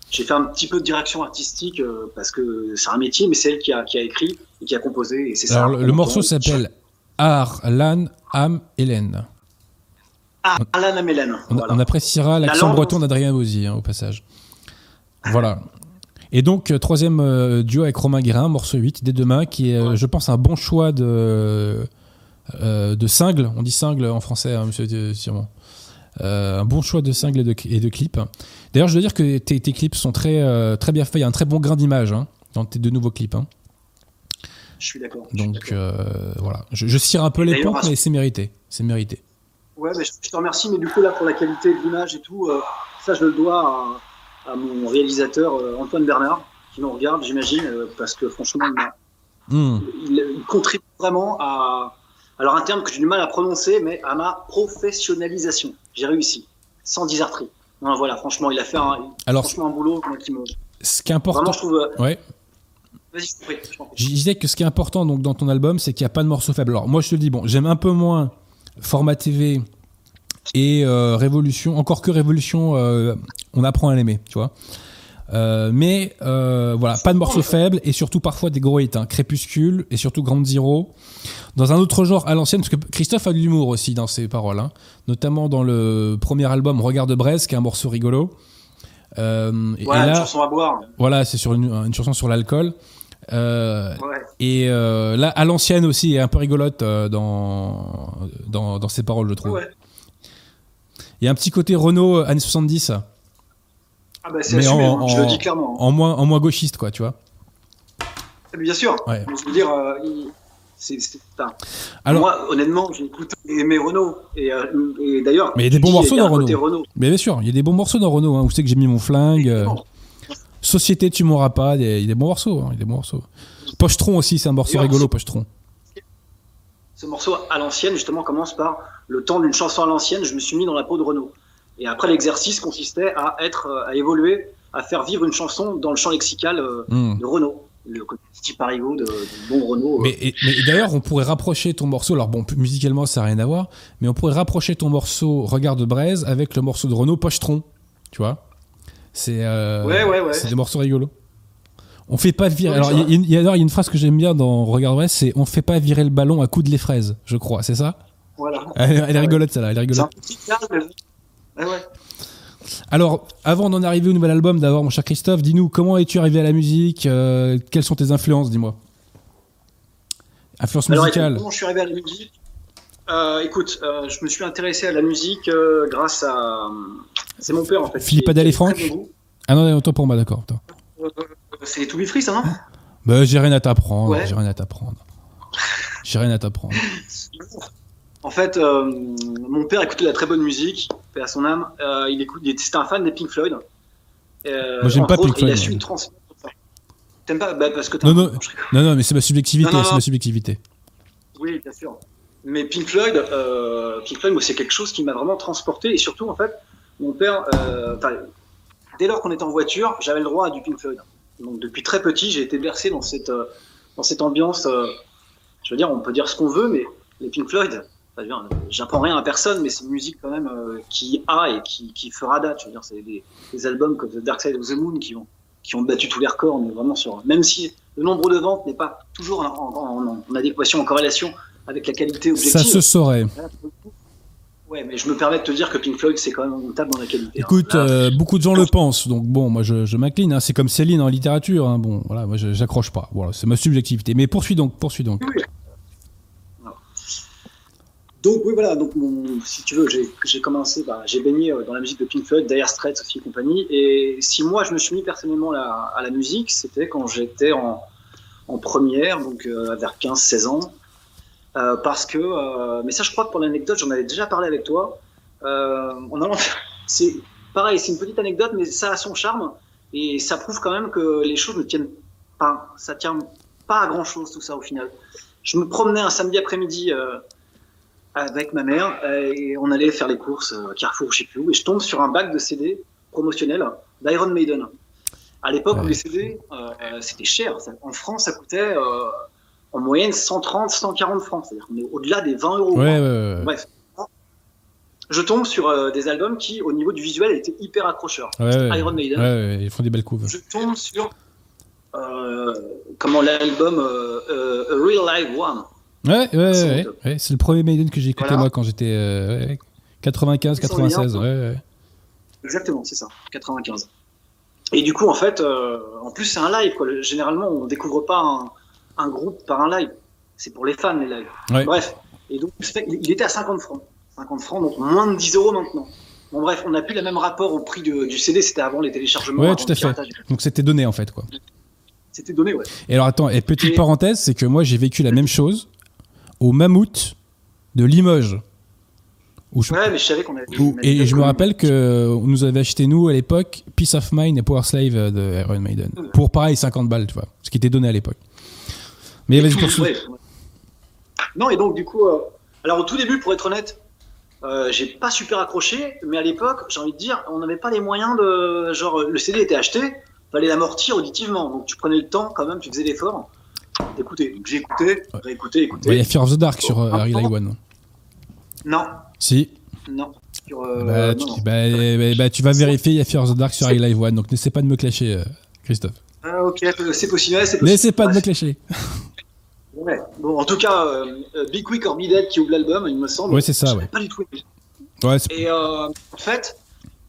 j'ai fait un petit peu de direction artistique euh, parce que c'est un métier, mais c'est elle qui a, qui a écrit et qui a composé. Et c'est Alors, ça. le, le morceau s'appelle Ar, Lan, Am, Hélène. Ah, Alan Amelen. On, Voilà. on appréciera l'accent langue- breton d'Adrien Bauzy, hein, au passage. Voilà. Et donc, euh, troisième euh, duo avec Romain Guérin, morceau huit, dès demain, qui est, euh, Ouais. je pense, un bon choix de, euh, de single. On dit single en français, hein, monsieur euh, Simon. Euh, un bon choix de single et de, et de clip. D'ailleurs, je dois dire que tes, tes clips sont très, euh, très bien faits. Il y a un très bon grain d'image hein, dans tes deux nouveaux clips. Hein. Je suis d'accord. je suis Donc, d'accord. euh, voilà. Je, je cire un peu les D'ailleurs, pompes, mais c'est mérité. C'est mérité. Ouais, mais je, je te remercie, mais du coup, là, pour la qualité de l'image et tout, euh, ça, je le dois à, à mon réalisateur euh, Antoine Bernard, qui nous regarde, j'imagine, euh, parce que franchement, il, m'a- Mmh. il, il contribue vraiment à. Alors, un terme que j'ai du mal à prononcer, mais à ma professionnalisation. J'ai réussi, sans diserterie. Non, voilà, franchement, il a fait un, Alors, franchement un boulot moi, qui me. ce qui est important. Vraiment, je trouve. euh, Ouais. Vas-y, je t'en prie, je t'en prie. Je disais que ce qui est important donc, dans ton album, c'est qu'il n'y a pas de morceaux faibles. Alors, moi, je te le dis, bon, j'aime un peu moins Format T V et euh, Révolution. Encore que Révolution, euh, on apprend à l'aimer, tu vois. Euh, mais euh, voilà, pas de morceaux faibles et surtout parfois des gros hits. Hein. Crépuscule et surtout Ground Zero. Dans un autre genre à l'ancienne, parce que Christophe a de l'humour aussi dans ses paroles, hein. Notamment dans le premier album Regard de Braise, qui est un morceau rigolo. Euh, et- Ouais, et une là, chanson à boire. voilà, c'est sur une, une chanson sur l'alcool. Euh, Ouais. et euh, là, à l'ancienne aussi, est un peu rigolote euh, dans, dans, dans ses paroles, je trouve. Ouais. Il y a un petit côté Renault euh, années soixante-dix, Ah, bah, c'est mais assumé, en, hein, je le en- dis clairement. en moins, en moins gauchiste, quoi, tu vois. Bien sûr. Ouais. Je veux dire, euh, il- c'est, c'est, enfin, Alors, moi, honnêtement, j'écoute Aimé Renault. Et, euh, et d'ailleurs, Mais il y a des tu bons dis, morceaux il y a dans un côté Renault. Renault. mais bien sûr, il y a des bons morceaux dans Renault. Hein, où c'est que j'ai mis mon flingue. euh, Évidemment. Société, tu m'auras pas. Il y a- il y a des bons morceaux. hein, il y a des bons morceaux. Pochetron aussi, c'est un morceau D'ailleurs, rigolo, Pochetron. Ce morceau à l'ancienne, justement, commence par le temps d'une chanson à l'ancienne. Je me suis mis dans la peau de Renault. Et après, l'exercice consistait à être, euh, à évoluer, à faire vivre une chanson dans le champ lexical euh, Hmm. de Renault. Le côté petit parigot de, de bon Renault. euh. Mais, et- mais d'ailleurs, on pourrait rapprocher ton morceau. Alors bon, musicalement, ça n'a rien à voir. Mais on pourrait rapprocher ton morceau Regard de Braise avec le morceau de Renault Pochetron. Tu vois. C'est euh, Ouais, ouais, ouais. c'est des morceaux rigolos. On fait pas virer. Oui, Alors, c'est il y, a- il y a alors, il y a une phrase que j'aime bien dans Regard de Braise, c'est on fait pas virer le ballon à coups de les fraises. Je crois. C'est ça. Voilà. Elle, elle est Ouais. rigolote, celle-là. Elle est C'est un rigolote. petit cadre, mais bon. Ouais, ouais. Alors, avant d'en arriver au nouvel album, d'abord, mon cher Christophe, dis-nous comment es-tu arrivé à la musique euh, Quelles sont tes influences, dis-moi. Influence Alors, musicale. écoute, comment je suis arrivé à la musique Euh, Écoute, euh, je me suis intéressé à la musique euh, grâce à. C'est mon père en fait. Philippe qui- Adèle qui et a très Franck bon goût. Ah non, non, autant pour moi, d'accord. attends. Euh, C'est To Be Free, ça, non Bah, j'ai rien à t'apprendre. Ouais. J'ai rien à t'apprendre. J'ai rien à t'apprendre. En fait, euh, mon père écoutait de la très bonne musique, paix à son âme. Euh, il écoute, il était- c'était un fan des Pink Floyd. Euh, Moi, j'aime entre pas Pink autres, Il a Floyd, su moi. me transmettre ça. T'aimes pas bah, parce que t'as Non, un- non. Non, non, mais c'est ma subjectivité. Non, non, C'est non. ma subjectivité. Oui, bien sûr. Mais Pink Floyd, euh, Pink Floyd, moi, c'est quelque chose qui m'a vraiment transporté. Et surtout, en fait, mon père, euh, enfin, dès lors qu'on était en voiture, j'avais le droit à du Pink Floyd. Donc, depuis très petit, j'ai été bercé dans cette, euh, dans cette ambiance. euh, je veux dire, on peut dire ce qu'on veut, mais les Pink Floyd, enfin, je veux dire, j'apprends rien à personne, mais c'est une musique quand même euh, qui a et qui, qui fera date. Je veux dire, c'est des, des albums comme The Dark Side of the Moon qui ont, qui ont battu tous les records. On est vraiment sur, même si le nombre de ventes n'est pas toujours en, en- en- en adéquation, en corrélation avec la qualité objective. Ça se saurait. Ouais, mais je me permets de te dire que Pink Floyd, c'est quand même on tape dans la qualité. Écoute, hein. Là, euh, beaucoup de gens le pensent, donc bon, moi je, je m'incline. Hein. C'est comme Céline en littérature. Hein. Bon, voilà, moi je- j'accroche pas. Voilà, c'est ma subjectivité. Mais poursuis donc, poursuis donc. oui. Alors. Donc oui, voilà. Donc mon, si tu veux, j'ai j'ai commencé, bah, j'ai baigné euh, dans la musique de Pink Floyd, Dire Straits aussi et compagnie. Et si moi je me suis mis personnellement à, à la musique, c'était quand j'étais en, en première, donc euh, vers quinze seize ans. Euh, parce que, euh, mais ça, je crois que pour l'anecdote, j'en avais déjà parlé avec toi. Euh, en allant, c'est pareil, c'est une petite anecdote, mais ça a son charme et ça prouve quand même que les choses ne tiennent pas. Ça tient pas à grand chose tout ça au final. Je me promenais un samedi après-midi euh, avec ma mère euh, et on allait faire les courses euh, Carrefour, je sais plus où, et je tombe sur un bac de C D promotionnel d'Iron Maiden. À l'époque Ouais. où les C D, euh, c'était cher. Ça, en France, ça coûtait euh, en moyenne cent trente, cent quarante francs. C'est-à-dire qu'on est au-delà des vingt euros. Ouais, ouais, ouais. Bref. Je je tombe sur euh, des albums qui, au niveau du visuel, étaient hyper accrocheurs. Ouais, ouais, Iron Maiden. Ouais, ouais, ils font des belles couves. Je tombe sur euh, comment l'album euh, euh, A Real Live One. Ouais, ouais, ouais, ouais, ouais. C'est le premier Maiden que j'ai écouté voilà. moi quand j'étais euh, ouais, quatre-vingt-quinze quatre-vingt-seize. Ouais, ouais. Exactement, c'est ça, quatre-vingt-quinze. Et du coup, en fait, euh, en plus, c'est un live, quoi. Généralement, on découvre pas un, un groupe par un live. C'est pour les fans, les lives. Ouais. Bref. Et donc, il était à cinquante francs. cinquante francs, donc moins de dix euros maintenant. Bon, bref, on n'a plus le même rapport au prix de, du C D, c'était avant les téléchargements. Ouais, tout à fait. Donc, c'était donné, en fait, quoi. C'était donné, ouais. Et alors, attends, et petite et... parenthèse, c'est que moi, j'ai vécu la même chose au Mammouth de Limoges. Où je... Ouais, mais je savais qu'on avait... Où... Et je me rappelle qu'on nous avait acheté, nous, à l'époque, Peace of Mind et Power Slave de Iron Maiden. Ouais. Pour, pareil, cinquante balles, tu vois. Ce qui était donné à l'époque. Mais vas-y, poursuis. Ouais, ouais. Non, et donc, du coup... Euh... Alors, au tout début, pour être honnête, euh, j'ai pas super accroché, mais à l'époque, j'ai envie de dire, on n'avait pas les moyens de... Genre, le C D était acheté, fallait l'amortir auditivement. Donc, tu prenais le temps, quand même, tu faisais l'effort d'écouter. Donc, j'ai écouté, réécouté, écouté. Il ouais, y a Fear of the Dark oh, sur euh, Harry Live One. Non. Si. Non. Sur, euh, bah, non, tu, non. Bah, bah, bah, tu vas vérifier, il y a Fear of the Dark sur Harry Live One, donc n'essaie pas de me clasher, euh, Christophe. Ah, ok, c'est possible. Ouais, c'est possible. N'essaie pas ouais, de me clasher. Ouais. Bon, en tout cas, euh, Be Quick or Be Dead qui ouvre l'album, il me semble. Ouais, c'est ça, ouais. Pas du tout. Ouais, c'est... Et euh, en fait,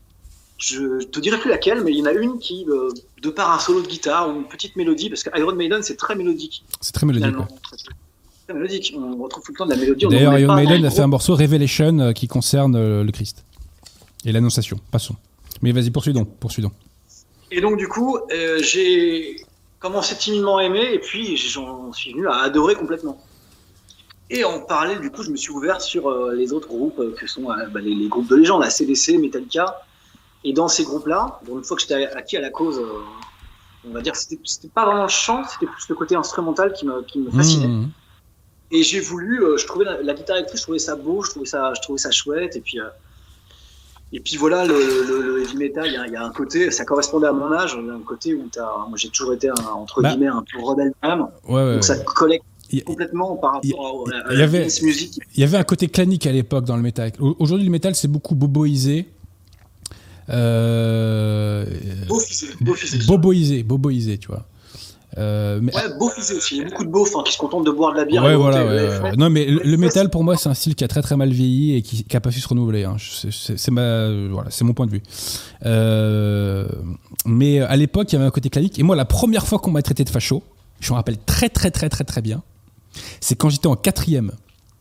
je te dirai plus laquelle, mais il y en a une qui, euh, de par un solo de guitare ou une petite mélodie, parce que Iron Maiden c'est très mélodique. C'est très mélodique. Ouais. Très mélodique. On retrouve tout le temps de la mélodie. D'ailleurs, Iron Maiden a fait un morceau Revelation euh, qui concerne euh, le Christ et l'Annonciation. Passons. Mais vas-y, poursuis donc, poursuis donc. Et donc du coup, euh, j'ai commencé timidement à aimer, et puis j'en suis venu à adorer complètement. Et en parallèle, du coup, je me suis ouvert sur euh, les autres groupes euh, que sont euh, bah, les, les groupes de légende, la C D C, Metallica. Et dans ces groupes-là, donc une fois que j'étais acquis à la cause, euh, on va dire, c'était, c'était pas vraiment le chant, c'était plus le côté instrumental qui me, qui me fascinait. Mmh. Et j'ai voulu, euh, je trouvais la, la guitare électrique, je trouvais ça beau, je trouvais ça, je trouvais ça chouette. Et puis, euh, et puis voilà, le, le, le heavy metal, il y, y a un côté, ça correspondait à mon âge, il y a un côté où t'as, moi j'ai toujours été un, entre bah, guillemets un peu rebelle d'âme, ouais, ouais, donc ça ouais. collecte complètement par rapport il, à, à il la avait, musique. Il y avait un côté clanique à l'époque dans le métal. Aujourd'hui, le métal c'est beaucoup boboisé. Euh, Beaufisé, beaufisé. Boboisé, boboisé, tu vois. Euh, mais... Ouais, beaufisé aussi. Il y a beaucoup de beaufs hein, qui se contentent de boire de la bière. Ouais, voilà. Ouais, ouais. Non, mais le, le métal pour moi, c'est un style qui a très très mal vieilli et qui n'a pas su se renouveler. Hein. C'est, c'est, c'est, ma, voilà, c'est mon point de vue. Euh, mais à l'époque, il y avait un côté clanique. Et moi, la première fois qu'on m'a traité de facho, je me rappelle très très très très très bien, c'est quand j'étais en quatrième.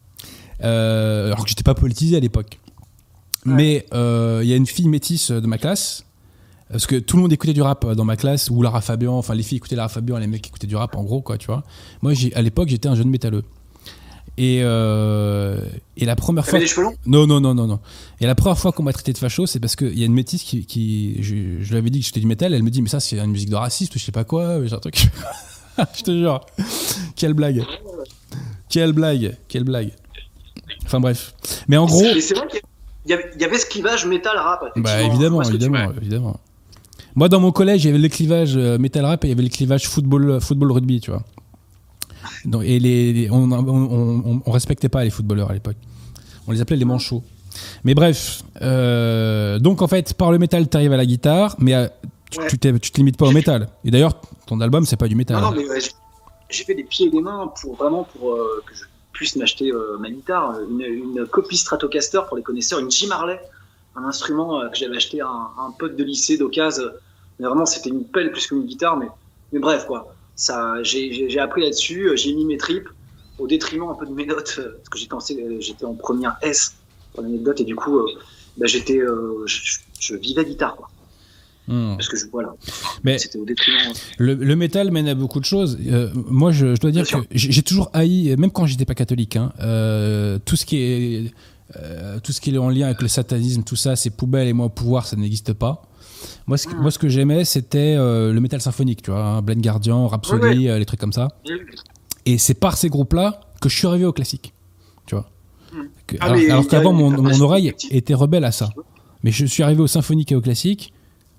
Euh, alors que j'étais pas politisé à l'époque. Ouais. Mais il euh, y a une fille métisse de ma classe, parce que tout le monde écoutait du rap dans ma classe, ou Lara Fabian, enfin les filles écoutaient Lara Fabian, les mecs écoutaient du rap en gros, quoi, tu vois. Moi, j'ai, à l'époque, j'étais un jeune métalleux. Et, euh, et la première T'avais fois. des cheveux longs ? Non, non, non, non, non. Et la première fois qu'on m'a traité de facho, c'est parce qu'il y a une métisse qui. qui je, je lui avais dit que j'étais du métal, elle me dit, mais ça, c'est une musique de raciste, ou je sais pas quoi, j'ai un truc. Je te jure. Quelle blague. Quelle blague. Quelle blague. Enfin bref. Mais en gros. Mais c'est vrai qu'il y avait, il y avait ce clivage métal-rap. Bah évidemment, évidemment, évidemment. Moi, dans mon collège, il y avait le clivage métal-rap et il y avait le clivage football, football-rugby, tu vois. Donc, et les, les, on, on, on, on respectait pas les footballeurs à l'époque. On les appelait les manchots. Mais bref. Euh, donc en fait, par le métal, t'arrives à la guitare, mais à, tu, ouais. tu, tu te limites pas au métal. Et d'ailleurs, ton album, c'est pas du métal. Non, non, mais ouais, j'ai, j'ai fait des pieds et des mains pour vraiment pour euh, que je puisse m'acheter euh, ma guitare, une, une copie Stratocaster pour les connaisseurs, une Jim Harley, un instrument euh, que j'avais acheté à un, un pote de lycée d'occasion. Mais vraiment, c'était une pelle plus qu'une guitare. Mais, mais bref, quoi. Ça, j'ai, j'ai, j'ai appris là-dessus, j'ai mis mes tripes au détriment un peu de mes notes, parce que j'étais en, j'étais en première S pour l'anecdote, et du coup, euh, bah, j'étais, euh, je, je vivais guitare, quoi. Mmh. Parce que je, voilà. Mais c'était au détriment. Le, le métal mène à beaucoup de choses. Euh, moi, je, je dois dire Bien que j'ai, j'ai toujours haï, même quand j'étais pas catholique, hein, euh, tout ce qui est, euh, tout ce qui est en lien avec le satanisme, tout ça, c'est poubelle et moi au pouvoir, ça n'existe pas. Moi, ce, mmh. moi, ce que j'aimais, c'était euh, le métal symphonique, tu vois, hein, Blind Guardian, Rhapsody, ouais, ouais. Euh, les trucs comme ça. Mmh. Et c'est par ces groupes-là que je suis arrivé au classique, tu vois. Mmh. Que, ah, alors, alors qu'avant, mon, mon oreille était rebelle à ça. Mais je suis arrivé au symphonique et au classique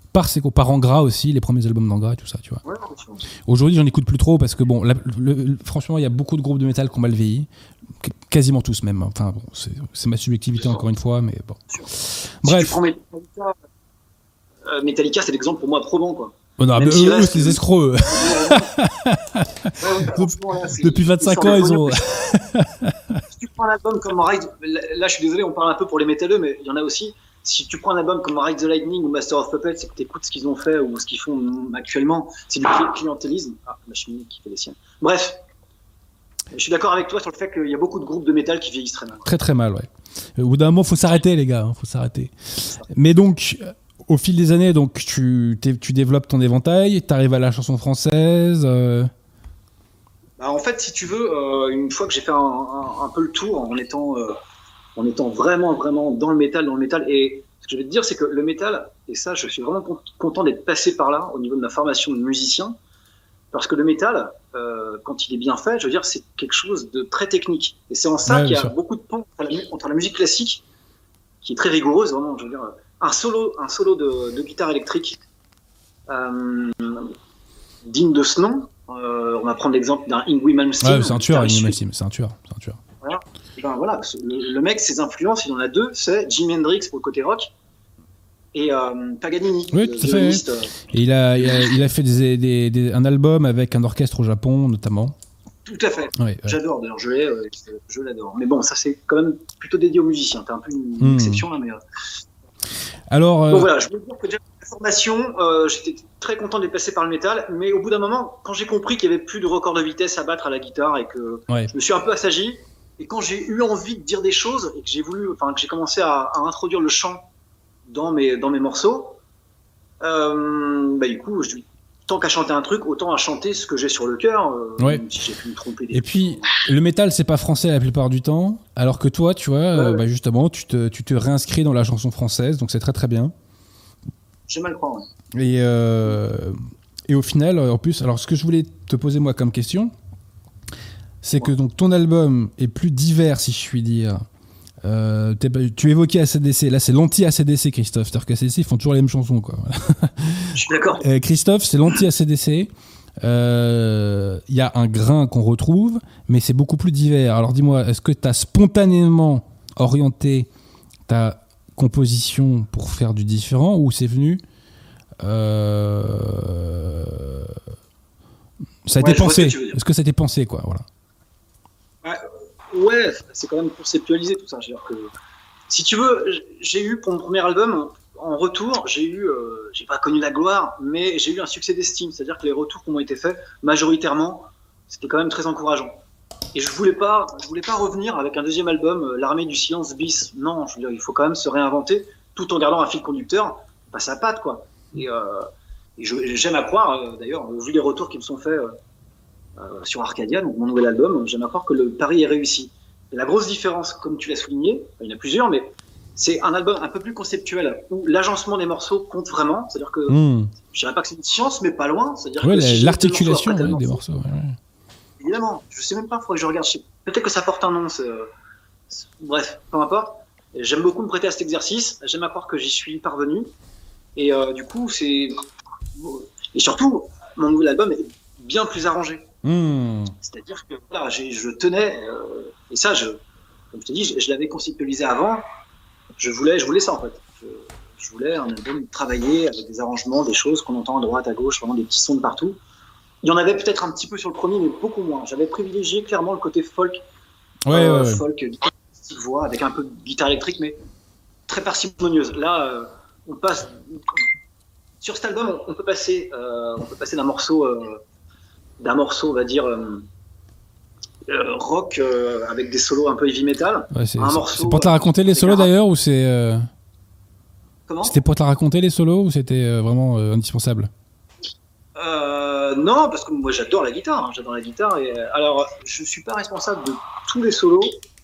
par, ses, par Angra aussi, les premiers albums d'Angra et tout ça, tu vois. Ouais, bien sûr. Aujourd'hui, j'en écoute plus trop parce que, bon, la, le, le, franchement, il y a beaucoup de groupes de métal qui ont mal vieilli. Quasiment tous, même. Enfin, bon, c'est, c'est ma subjectivité, encore une fois, mais bon. Bref. Si tu prends Metallica, euh, Metallica, c'est l'exemple pour moi probant, quoi. Oh non, mais si eux, reste, c'est des escrocs, eux. Ouais, ouais, là, Depuis vingt-cinq ans, ils ont. Si tu prends un album comme Ride, là je suis désolé, on parle un peu pour les métalleux, mais il y en a aussi. Si tu prends un album comme Ride the Lightning ou Master of Puppets, c'est que tu écoutes ce qu'ils ont fait ou ce qu'ils font actuellement, c'est du clientélisme. Ah, la cheminée qui fait les siennes. Bref, je suis d'accord avec toi sur le fait qu'il y a beaucoup de groupes de métal qui vieillissent très mal. Très très mal, ouais. Au bout d'un moment, faut s'arrêter, les gars, hein, faut s'arrêter. Mais donc. Au fil des années, donc tu, tu développes ton éventail, tu arrives à la chanson française. Euh... Bah, en fait, si tu veux, euh, une fois que j'ai fait un, un, un peu le tour en étant, euh, en étant vraiment, vraiment dans le métal, dans le métal, et ce que je vais te dire, c'est que le métal, et ça, je suis vraiment content d'être passé par là au niveau de ma formation de musicien, parce que le métal, euh, quand il est bien fait, je veux dire, c'est quelque chose de très technique. Et c'est en ça ouais, qu'il y a ça. beaucoup de pont entre la, entre la musique classique, qui est très rigoureuse, vraiment, je veux dire. Un solo, un solo de, de guitare électrique euh, digne de ce nom. Euh, on va prendre l'exemple d'un Yngwie Malmsteen. Ouais, c'est un tueur, Yngwie Malmsteen, c'est un tueur. C'est un tueur. Voilà. Ben, voilà. Le, le mec, ses influences, il en a deux. C'est Jimi Hendrix pour le côté rock et euh, Paganini. Oui, tout à fait. Oui. Euh... Et il a, il a, il a fait des, des, des, un album avec un orchestre au Japon, notamment. Tout à fait. Ouais, ouais. J'adore, d'ailleurs, je, l'ai, euh, je l'adore. Mais bon, ça, c'est quand même plutôt dédié aux musiciens. T'es un peu une, une mmh. exception, là, mais... Euh... Alors, euh... Donc voilà, je veux dire que déjà la formation, euh, j'étais très content d'être passé par le métal, mais au bout d'un moment, quand j'ai compris qu'il n'y avait plus de record de vitesse à battre à la guitare et que ouais. je me suis un peu assagi, et quand j'ai eu envie de dire des choses et que j'ai voulu, enfin que j'ai commencé à, à introduire le chant dans mes dans mes morceaux, euh, bah du coup, je, tant qu'à chanter un truc, autant à chanter ce que j'ai sur le cœur. Euh, ouais. Si j'ai pu me tromper. Et puis, le métal, c'est pas français la plupart du temps, alors que toi, tu vois, ouais, euh, ouais. Bah, justement, tu te, tu te réinscris dans la chanson française, donc c'est très très bien. J'ai mal croire. Ouais. Et, euh, et au final, en plus, alors ce que je voulais te poser moi comme question, c'est ouais. que donc ton album est plus divers, si je puis dire. Euh, tu évoquais A C D C, là c'est l'anti-A C D C, Christophe. C'est-à-dire qu'A C D C ils font toujours les mêmes chansons, quoi. Je suis d'accord. Euh, Christophe, c'est l'anti-A C D C. Il euh, y a un grain qu'on retrouve, mais c'est beaucoup plus divers. Alors dis-moi, est-ce que tu as spontanément orienté ta composition pour faire du différent, ou c'est venu euh... ça a ouais, été pensé? Est-ce que ça a été pensé, quoi, voilà. Ouais, c'est quand même conceptualisé tout ça. Que, si tu veux, j'ai eu pour mon premier album, en retour, j'ai eu, euh, j'ai pas connu la gloire, mais j'ai eu un succès d'estime. C'est-à-dire que les retours qui m'ont été faits, majoritairement, c'était quand même très encourageant. Et je voulais pas, je voulais pas revenir avec un deuxième album, L'Armée du Silence bis. Non, je veux dire, il faut quand même se réinventer, tout en gardant un fil conducteur, pas sa patte, quoi. Et, euh, et je, j'aime à croire, euh, d'ailleurs, vu les retours qui me sont faits. Euh, Euh, sur Arcadia, donc mon nouvel album, j'aime à croire que le pari est réussi. Et la grosse différence, comme tu l'as souligné, il y en a plusieurs, mais c'est un album un peu plus conceptuel, où l'agencement des morceaux compte vraiment, c'est-à-dire que, mmh. je dirais pas que c'est une science, mais pas loin, c'est-à-dire ouais, que la, si l'articulation des morceaux, ouais, des morceaux. Ouais, ouais. Évidemment, je sais même pas, il faudrait que je regarde, peut-être que ça porte un nom, c'est, c'est... bref, peu importe. Et j'aime beaucoup me prêter à cet exercice, j'aime à croire que j'y suis parvenu, et euh, du coup, c'est... Et surtout, mon nouvel album est bien plus arrangé. Mmh. C'est-à-dire que voilà, j'ai, je tenais, euh, et ça, je, comme je t'ai dit, je, je l'avais conceptualisé avant, je voulais, je voulais ça en fait. Je, je voulais un album travaillé avec des arrangements, des choses qu'on entend à droite, à gauche, vraiment des petits sons de partout. Il y en avait peut-être un petit peu sur le premier, mais beaucoup moins. J'avais privilégié clairement le côté folk, ouais, euh, ouais, ouais. folk, guitare, voix, avec un peu de guitare électrique, mais très parcimonieuse. Là, euh, on passe sur cet album, on, on peut passer, euh, on peut passer d'un morceau. Euh, d'un morceau, on va dire, euh, euh, rock euh, avec des solos un peu heavy metal. Ouais, c'est, un c'est, morceau, c'est pour te la raconter les solos d'ailleurs, ou c'est. Euh... Comment ? C'était pour te la raconter les solos, ou c'était euh, vraiment euh, indispensable ? euh, Non, parce que moi j'adore la guitare. Hein, j'adore la guitare. Et, alors, je suis pas responsable de tous les solos,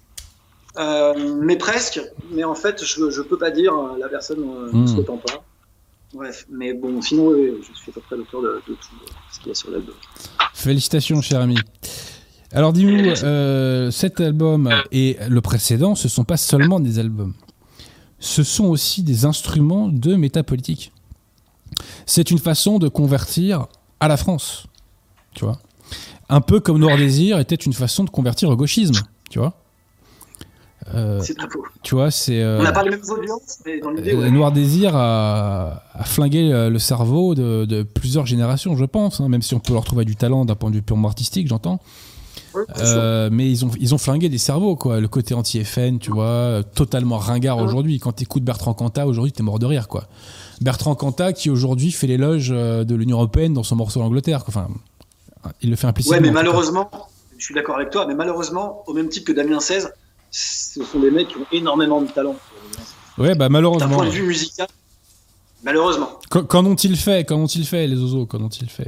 euh, mais presque. Mais en fait, je, je peux pas dire la personne euh, ne mmh. souhaitant pas. Bref, mais bon, sinon, oui, je suis à peu près l'auteur de, de tout ce qu'il y a sur l'album. Félicitations, cher ami. Alors, dis-nous, euh, cet album et le précédent, ce ne sont pas seulement des albums. Ce sont aussi des instruments de métapolitique. C'est une façon de convertir à la France, tu vois. Un peu comme Noir Désir était une façon de convertir au gauchisme, tu vois. Euh, c'est pas faux. Tu vois, c'est. Euh, On n'a pas les mêmes audiences, mais dans l'idée. euh, Ouais. Noir Désir a, a flingué euh, le cerveau de, de plusieurs générations, je pense, hein, même si on peut leur trouver du talent d'un point de vue purement artistique, j'entends. Ouais, c'est Euh, mais ils ont, ils ont flingué des cerveaux, quoi. Le côté anti-F N, tu vois, euh, totalement ringard Ouais. aujourd'hui. Quand t'écoutes Bertrand Cantat, aujourd'hui, t'es mort de rire, quoi. Bertrand Cantat qui aujourd'hui fait l'éloge euh, de l'Union Européenne dans son morceau L'Angleterre, quoi. Enfin, il le fait implicitement. Ouais, mais en tout cas. malheureusement, je suis d'accord avec toi, mais malheureusement, au même titre que Damien seize, ce sont des mecs qui ont énormément de talent. Ouais, bah D'un malheureusement. point de vue musical, malheureusement. Qu'en qu'en ont-ils fait Qu'en ont-ils fait, les oiseaux Qu'en ont-ils fait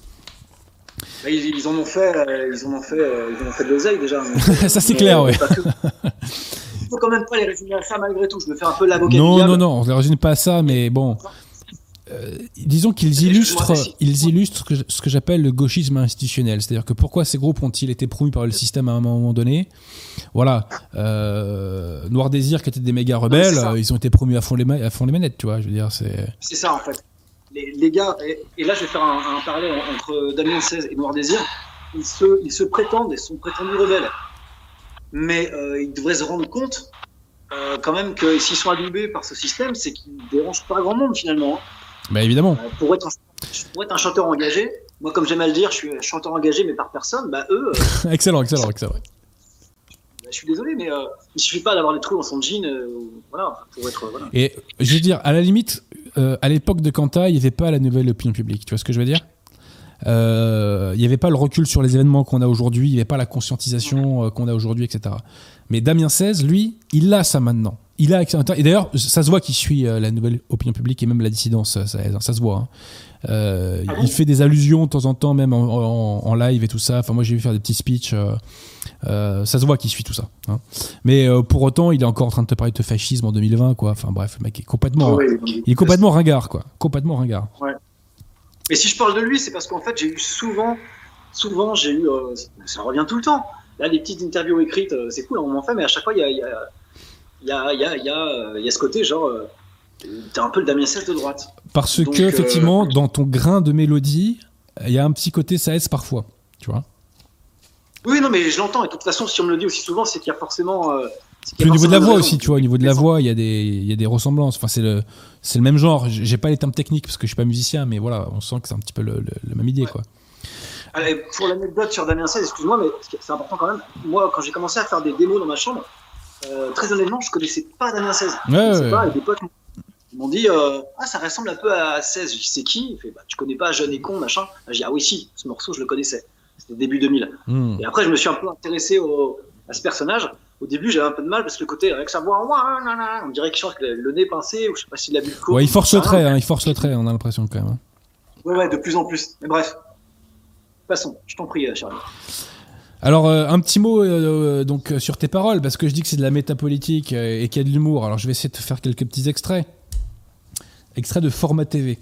Bah, ils, ils en ont fait, euh, ils en ont fait, euh, ils en ont fait de l'oseille déjà. Mais, Ça, c'est mais, clair, euh, ouais. pas que. Il faut quand même pas les résumer à ça malgré tout. Je me fais un peu l'avocat du Non, diable. non, non, on ne résume pas à ça, mais bon. Euh, disons qu'ils illustrent, Excuse-moi, ils illustrent ce que, ce que j'appelle le gauchisme institutionnel. C'est-à-dire que pourquoi ces groupes ont-ils été promus par le système à un moment donné ? Voilà. Euh, Noir Désir, qui étaient des méga rebelles, c'est ça. euh, ils ont été promus à fond les, ma- à fond les manettes, tu vois. Je veux dire, c'est. C'est ça en fait. Les, les gars, et, et là je vais faire un, un parallèle entre Damien seize et Noir Désir. Ils se, ils se prétendent et sont prétendus rebelles. Mais euh, ils devraient se rendre compte euh, quand même que s'ils sont adoubés par ce système, c'est qu'ils ne dérangent pas grand monde finalement. hein. Bah évidemment. Euh, pour, être un, pour être un chanteur engagé, moi comme j'aime à le dire, je suis un chanteur engagé mais par personne, bah eux, euh, excellent, excellent, excellent. bah, je suis désolé, mais euh, il suffit pas d'avoir des trous dans son jean euh, voilà, pour être. Euh, voilà. Et je veux dire, à la limite, euh, à l'époque de Cantat, il n'y avait pas la nouvelle opinion publique. Tu vois ce que je veux dire ? Euh, Il n'y avait pas le recul sur les événements qu'on a aujourd'hui, il n'y avait pas la conscientisation euh, qu'on a aujourd'hui, et cetera. Mais Damien seize, lui, il a ça maintenant. Il a, et d'ailleurs, ça se voit qu'il suit euh, la nouvelle opinion publique et même la dissidence, ça, ça, ça se voit. Hein. Euh, Ah bon il fait des allusions de temps en temps, même en, en, en live et tout ça. Enfin, moi, j'ai vu faire des petits speeches. Euh, euh, ça se voit qu'il suit tout ça. Hein. Mais euh, pour autant, il est encore en train de te parler de fascisme en deux mille vingt, quoi. Enfin, bref, le mec est complètement, Ah ouais, il est complètement ringard, quoi. Complètement ringard. Mais si je parle de lui, c'est parce qu'en fait, j'ai eu souvent, souvent, j'ai eu, euh, ça revient tout le temps. Là, les petites interviews écrites, euh, c'est cool, on m'en fait, mais à chaque fois, il y a, il y a, il y a, il y a, il y a, euh, il y a ce côté, genre, euh, t'es un peu le Damien seize de droite. Parce Donc, que, euh, effectivement, dans ton grain de mélodie, il y a un petit côté ça aide parfois, tu vois. Oui, non, mais je l'entends, et de toute façon, si on me le dit aussi souvent, c'est qu'il y a forcément. Euh, c'est qu'il Puis y a au niveau de la forcément voix une aussi, raison. tu vois, au niveau de la voix, il y a des, il y a des ressemblances. Enfin, c'est le, c'est le même genre. J'ai pas les termes techniques parce que je suis pas musicien, mais voilà, on sent que c'est un petit peu le, le, la même idée, Ouais. quoi. Allez, pour l'anecdote sur Damien seize, excuse-moi, mais c'est important quand même. Moi, quand j'ai commencé à faire des démos dans ma chambre, euh, très honnêtement, je connaissais pas Damien seize. Ouais, je sais ouais. pas, et des potes m'ont dit euh, ah, ça ressemble un peu à seize. Je dis c'est qui? Il fait bah, tu connais pas Jeune et Con, machin. Je dis ah oui, si, ce morceau, je le connaissais. C'était début deux mille. Hmm. Et après, je me suis un peu intéressé au, à ce personnage. Au début, j'avais un peu de mal parce que le côté avec sa voix, ouah, nanana, on dirait qu'il chante avec le, le nez pincé, ou je sais pas s'il a bu le coup. Ouais, il force le trait, hein, il force le trait, on a l'impression quand même. hein. Ouais, ouais, de plus en plus. Mais bref. Passons, je t'en prie, Charlie. Alors, euh, un petit mot euh, donc euh, sur tes paroles, parce que je dis que c'est de la métapolitique euh, et qu'il y a de l'humour. Alors, je vais essayer de te faire quelques petits extraits. Extraits de Format T V.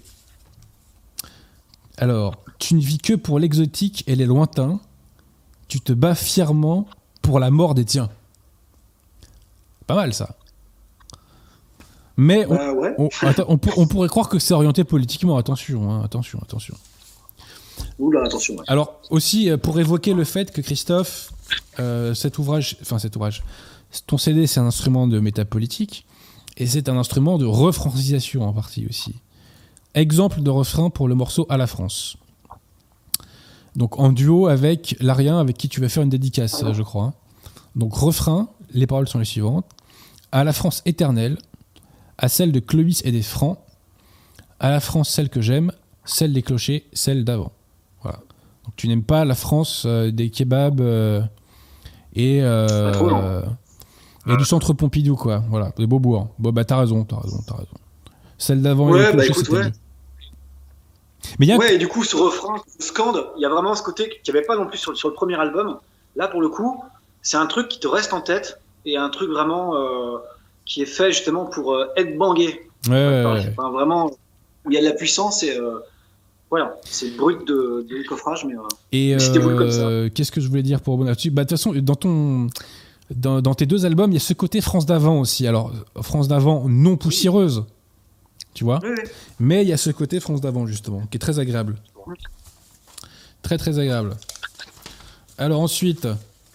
Alors, tu ne vis que pour l'exotique et les lointains. Tu te bats fièrement pour la mort des tiens. Pas mal, ça. Mais on, Euh, ouais. on, attends, on, pour- on pourrait croire que c'est orienté politiquement. Attention, hein, attention, attention. Oula, attention. Ouais. Alors aussi euh, pour évoquer le fait que Christophe, euh, cet ouvrage, enfin cet ouvrage, ton C D c'est un instrument de métapolitique et c'est un instrument de refrancisation en partie aussi. Exemple de refrain pour le morceau À la France. Donc en duo avec l'Arien avec qui tu vas faire une dédicace, je crois. hein. Donc refrain, les paroles sont les suivantes. À la France éternelle, à celle de Clovis et des Francs, à la France celle que j'aime, celle des clochers, celle d'avant. Voilà. Donc tu n'aimes pas la France euh, des kebabs euh, et, euh, Pas trop, non. euh, et du centre Pompidou, quoi. Voilà, des Beaubourg. Bon, bah t'as raison, t'as raison, t'as raison. Celle d'avant Ouais, et les bah, clochers, écoute, c'était ouais. mieux. Mais il y a Ouais, et du coup, ce refrain, ce scande, il y a vraiment ce côté qu'il n'y avait pas non plus sur, sur le premier album. Là, pour le coup, c'est un truc qui te reste en tête et un truc vraiment euh, qui est fait justement pour euh, être bangué. Ouais, ouais, ouais. Enfin, vraiment, où il y a de la puissance et euh, voilà, c'est brut de, de coffrage, mais euh, Et Mais c'était voulu comme ça. euh, qu'est-ce que je voulais dire pour rebondir là-dessus ? Bah, de toute façon, dans, ton, dans, dans tes deux albums, il y a ce côté France d'avant aussi. Alors, France d'avant non poussiéreuse, tu vois. Oui, oui. Mais il y a ce côté France d'avant, justement, qui est très agréable. Très, très agréable. Alors ensuite...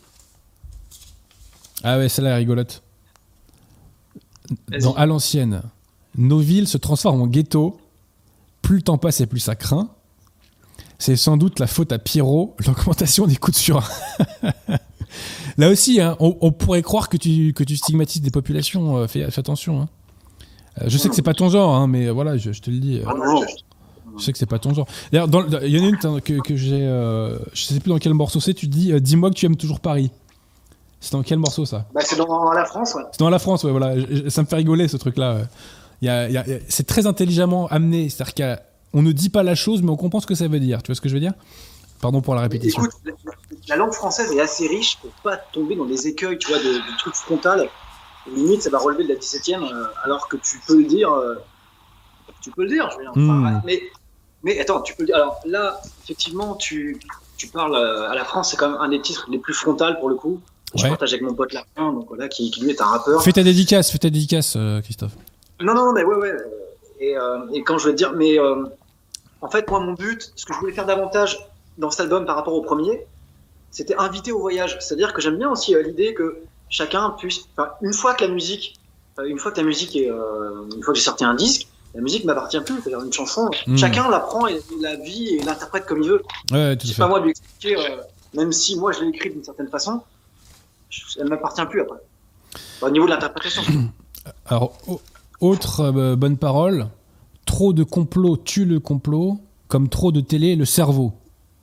Ah ouais, celle-là est rigolote. Dans, à l'ancienne, nos villes se transforment en ghetto. Plus le temps passe et plus ça craint. C'est sans doute la faute à Pierrot, l'augmentation des coûts de surin. Là aussi, hein, on, on pourrait croire que tu, que tu stigmatises des populations. Euh, fais, fais attention. Hein. Euh, je sais que c'est pas ton genre, hein, mais voilà, je, je te le dis. Euh, Ah non, je sais que c'est pas ton genre. D'ailleurs, dans le- il y en a une t'as- que, que j'ai. Euh, je sais plus dans quel morceau c'est. Tu te dis, euh, dis-moi que tu aimes toujours Paris. C'est dans quel morceau ça? bah, c'est dans la France, ouais. C'est dans la France, ouais, voilà. Je- je- Ça me fait rigoler ce truc-là. Il y a, il y a- il y a- c'est très intelligemment amené. C'est-à-dire qu'on ne dit pas la chose, mais on comprend ce que ça veut dire. Tu vois ce que je veux dire? Pardon pour la Mais répétition. écoute, la, la langue française est assez riche pour pas tomber dans des écueils, tu vois, de, du truc frontal. Limite, ça va relever de la dix-septième, euh, alors que tu peux le dire. euh, tu peux le dire, je veux dire. Enfin, Mm. mais, mais attends, tu peux le dire. Alors là, effectivement, tu, tu parles euh, à la France, c'est quand même un des titres les plus frontales pour le coup. Je Ouais. partage avec mon pote Lapin, donc voilà, qui, qui lui est un rappeur. Fais ta dédicace, fais ta dédicace, euh, Christophe. Non, non, non, mais ouais, ouais. euh, Et, euh, et quand je vais te dire, mais euh, en fait, moi, mon but, ce que je voulais faire davantage dans cet album par rapport au premier, c'était inviter au voyage. C'est-à-dire que j'aime bien aussi euh, l'idée que chacun puisse, enfin, une fois que la musique, euh, une fois que la musique est, euh, une fois que j'ai sorti un disque, la musique m'appartient plus. C'est-à-dire une chanson, Mm. chacun la prend et la vit et l'interprète comme il veut. Ouais, tout à C'est fait. pas moi de lui expliquer, euh, même si moi je l'ai écrit d'une certaine façon, je- elle m'appartient plus après. Au niveau de l'interprétation. Alors, au- autre euh, bonne parole, trop de complot tue le complot, comme trop de télé le cerveau.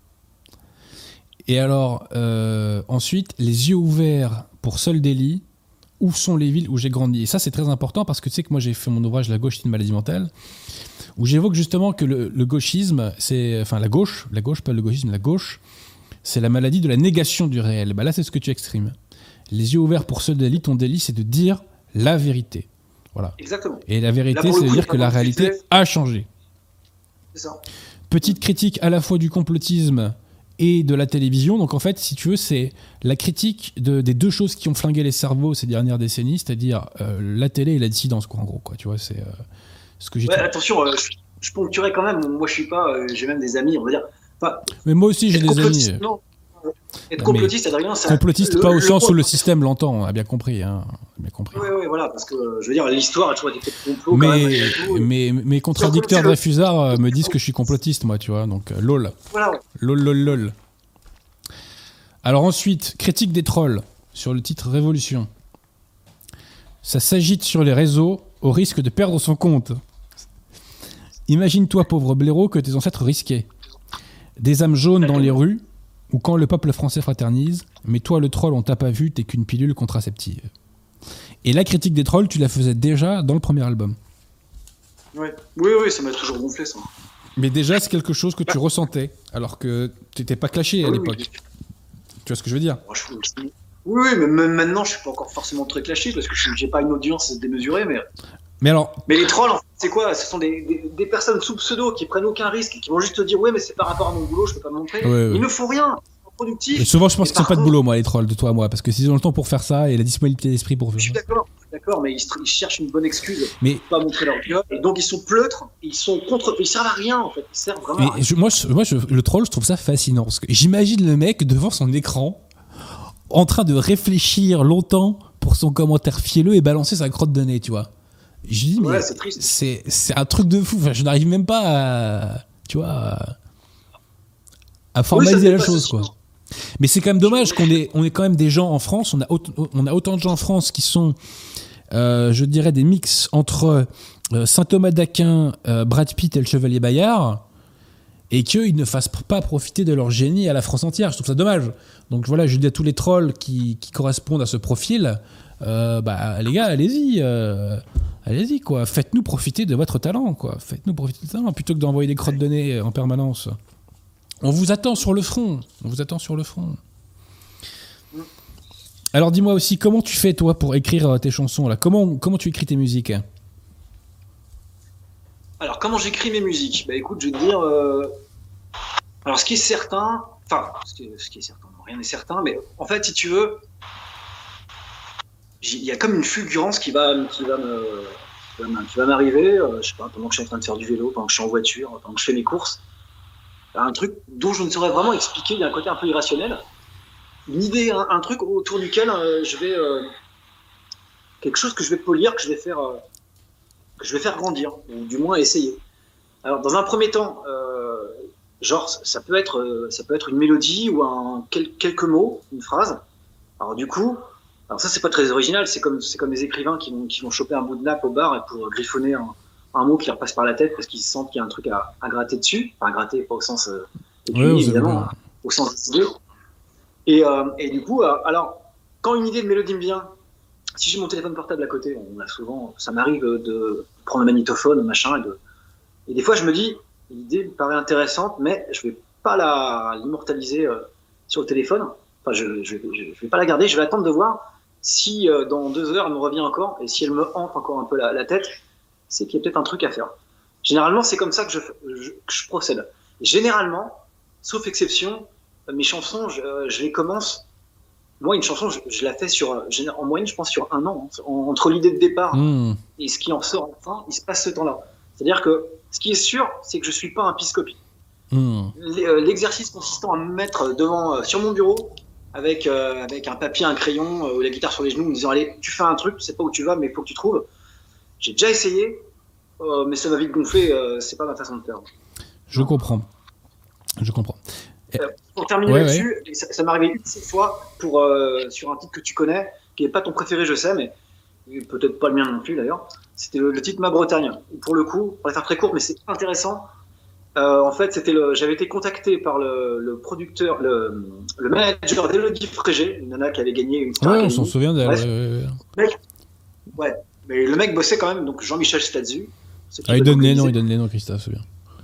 Et alors, euh, ensuite, les yeux ouverts pour seul délit, où sont les villes où j'ai grandi? Et ça, c'est très important parce que tu sais que moi, j'ai fait mon ouvrage La gauche est une maladie mentale, où j'évoque justement que le, le gauchisme, c'est, enfin la gauche, la gauche, pas le gauchisme, la gauche, c'est la maladie de la négation du réel. Bah là, c'est ce que tu exprimes. Les yeux ouverts pour seul délit, ton délit, c'est de dire la vérité. Voilà. Exactement. Et la Là, vérité, pour le c'est de coup, dire il y a que la pas de réalité succès. a changé. C'est ça. Petite critique à la fois du complotisme et de la télévision. Donc en fait, si tu veux, c'est la critique de, des deux choses qui ont flingué les cerveaux ces dernières décennies, c'est-à-dire euh, la télé et la dissidence, quoi, en gros. Quoi, tu vois, c'est euh, ce que j'ai Ouais, trouvé. attention, euh, je, je poncturais quand même. Moi, je suis pas. euh, j'ai même des amis, on va dire. Enfin, Mais moi aussi, j'ai être des complotiste, amis. non. Être Non, complotiste, Adrien, ça. Complotiste, le- pas au le sens où point- le système l'entend, on a bien compris. Hein, on a bien compris. Oui, oui, voilà, parce que euh, je veux dire, l'histoire a toujours été faite de complot. quand même, Mais, malgré tout, et- mais mes contradicteurs c'est le- Dreyfusards euh, me disent que je suis complotiste, moi, tu vois. Donc, euh, lol. Voilà, ouais. Lol, lol, lol. Alors ensuite, critique des trolls sur le titre Révolution. Ça s'agite sur les réseaux au risque de perdre son compte. Imagine-toi, pauvre blaireau, que tes ancêtres risquaient. Des âmes jaunes dans les rues, ou quand le peuple français fraternise, mais toi, le troll, on t'a pas vu, t'es qu'une pilule contraceptive. Et la critique des trolls, tu la faisais déjà dans le premier album. Ouais. Oui, oui, ça m'a toujours gonflé, ça. Mais déjà, c'est quelque chose que tu ressentais, alors que t'étais pas clashé à Oui, l'époque. oui. Tu vois ce que je veux dire? Moi, je- je- Oui, oui, mais même maintenant, je suis pas encore forcément très clashé parce que je- j'ai pas une audience démesurée, mais. Mais alors, Mais les trolls, en fait, c'est quoi? Ce sont des, des, des personnes sous pseudo qui prennent aucun risque et qui vont juste te dire ouais, mais c'est par rapport à mon boulot, je peux pas me montrer. Ouais, ouais. Ils ne font rien, ils sont productifs. et souvent, je pense Et qu'ils n'ont par pas de contre- boulot, moi, les trolls, de toi à moi, parce que s'ils ont le temps pour faire ça et la disponibilité d'esprit pour Je suis faire ça. d'accord, je suis d'accord, mais ils, se- ils cherchent une bonne excuse Mais, pour pas montrer leur gueule. Et donc ils sont pleutres, ils sont contre, ils servent à rien en fait, ils servent vraiment à mais rien. je- moi, je- moi je- le troll, je trouve ça fascinant, parce que j'imagine le mec devant son écran, en train de réfléchir longtemps pour son commentaire fielleux et balancer sa crotte de nez, tu vois. Je dis, mais Ouais, c'est triste. c'est c'est un truc de fou. Enfin, je n'arrive même pas à, tu vois, à, à formaliser Oui, ça la dépasse chose, aussi. quoi. Mais c'est quand même dommage qu'on ait, on ait quand même des gens en France, on a, aut- on a autant de gens en France qui sont, euh, je dirais, des mix entre euh, Saint Thomas d'Aquin, euh, Brad Pitt et le Chevalier Bayard, et qu'ils ne fassent pas profiter de leur génie à la France entière. Je trouve ça dommage. Donc voilà, je dis à tous les trolls qui, qui correspondent à ce profil, euh, bah les gars, allez-y, euh, allez-y quoi, faites-nous profiter de votre talent, quoi. Faites-nous profiter de talent plutôt que d'envoyer des crottes de nez en permanence. On vous attend sur le front. On vous attend sur le front. Alors dis-moi aussi, comment tu fais toi pour écrire euh, tes chansons là? Comment comment tu écris tes musiques? Alors, comment j'écris mes musiques? Bah écoute, je vais te dire. euh, Alors, ce qui est certain, enfin, ce qui est, ce qui est certain, non, rien n'est certain, mais en fait, si tu veux, j'ai- il y a comme une fulgurance qui va, qui va me, qui va, qui va m'arriver, euh, je sais pas, pendant que je suis en train de faire du vélo, pendant que je suis en voiture, pendant que je fais mes courses. Un truc dont je ne saurais vraiment expliquer, il y a un côté un peu irrationnel. Une idée, un, un truc autour duquel euh, je vais... Euh, quelque chose que je vais polir, que je vais faire, euh, que je vais faire grandir, ou du moins essayer. Alors, dans un premier temps, euh, genre, ça peut être, euh, ça peut être une mélodie ou un, quel, quelques mots, une phrase. Alors, du coup, alors ça, c'est pas très original, c'est comme, c'est comme des écrivains qui vont, qui vont choper un bout de nappe au bar et pour griffonner un, un mot qui leur passe par la tête parce qu'ils sentent qu'il y a un truc à, à gratter dessus. Enfin, à gratter, pas au sens euh, écuyer, ouais, évidemment, hein, au sens décidé. Et, euh, et du coup, euh, alors, quand une idée de mélodie me vient, si j'ai mon téléphone portable à côté, on a souvent, ça m'arrive de prendre le magnétophone, machin, et, de, et des fois je me dis, l'idée me paraît intéressante, mais je vais pas la l'immortaliser euh, sur le téléphone. Enfin, je, je, je, je vais pas la garder. Je vais attendre de voir si euh, dans deux heures elle me revient encore, et si elle me hante encore un peu la, la tête, c'est qu'il y a peut-être un truc à faire. Généralement, c'est comme ça que je, je, que je procède. Et généralement, sauf exception, mes chansons, je, je les commence. Moi, une chanson, je, je la fais sur, en moyenne, je pense, sur un an. Hein, entre l'idée de départ mmh. et ce qui en sort à la fin, il se passe ce temps-là. C'est-à-dire que ce qui est sûr, c'est que je suis pas un piscopie. Mmh. L'exercice consistant à me mettre devant, sur mon bureau, avec, euh, avec un papier, un crayon, euh, ou la guitare sur les genoux, en me disant, allez, tu fais un truc, tu sais pas où tu vas, mais il faut que tu trouves. J'ai déjà essayé, euh, mais ça m'a vite gonflé, euh, c'est pas ma façon de faire. Je comprends. Je comprends. Euh, pour terminer ouais, là-dessus, ouais. ça, ça m'est arrivé une seule fois pour, euh, sur un titre que tu connais, qui n'est pas ton préféré, je sais, mais peut-être pas le mien non plus d'ailleurs. C'était le, le titre Ma Bretagne. Pour le coup, pour la faire très court, mais c'est intéressant. Euh, en fait, c'était le, j'avais été contacté par le, le producteur, le, le manager d'Élodie Frégé, une nana qui avait gagné une Star Ouais, Academy. On s'en souvient d'elle. Ouais. Euh... Mec, ouais, mais le mec bossait quand même, donc Jean-Michel Stadzu. Ah, il donne les noms, il donne les noms, Christophe, c'est bien.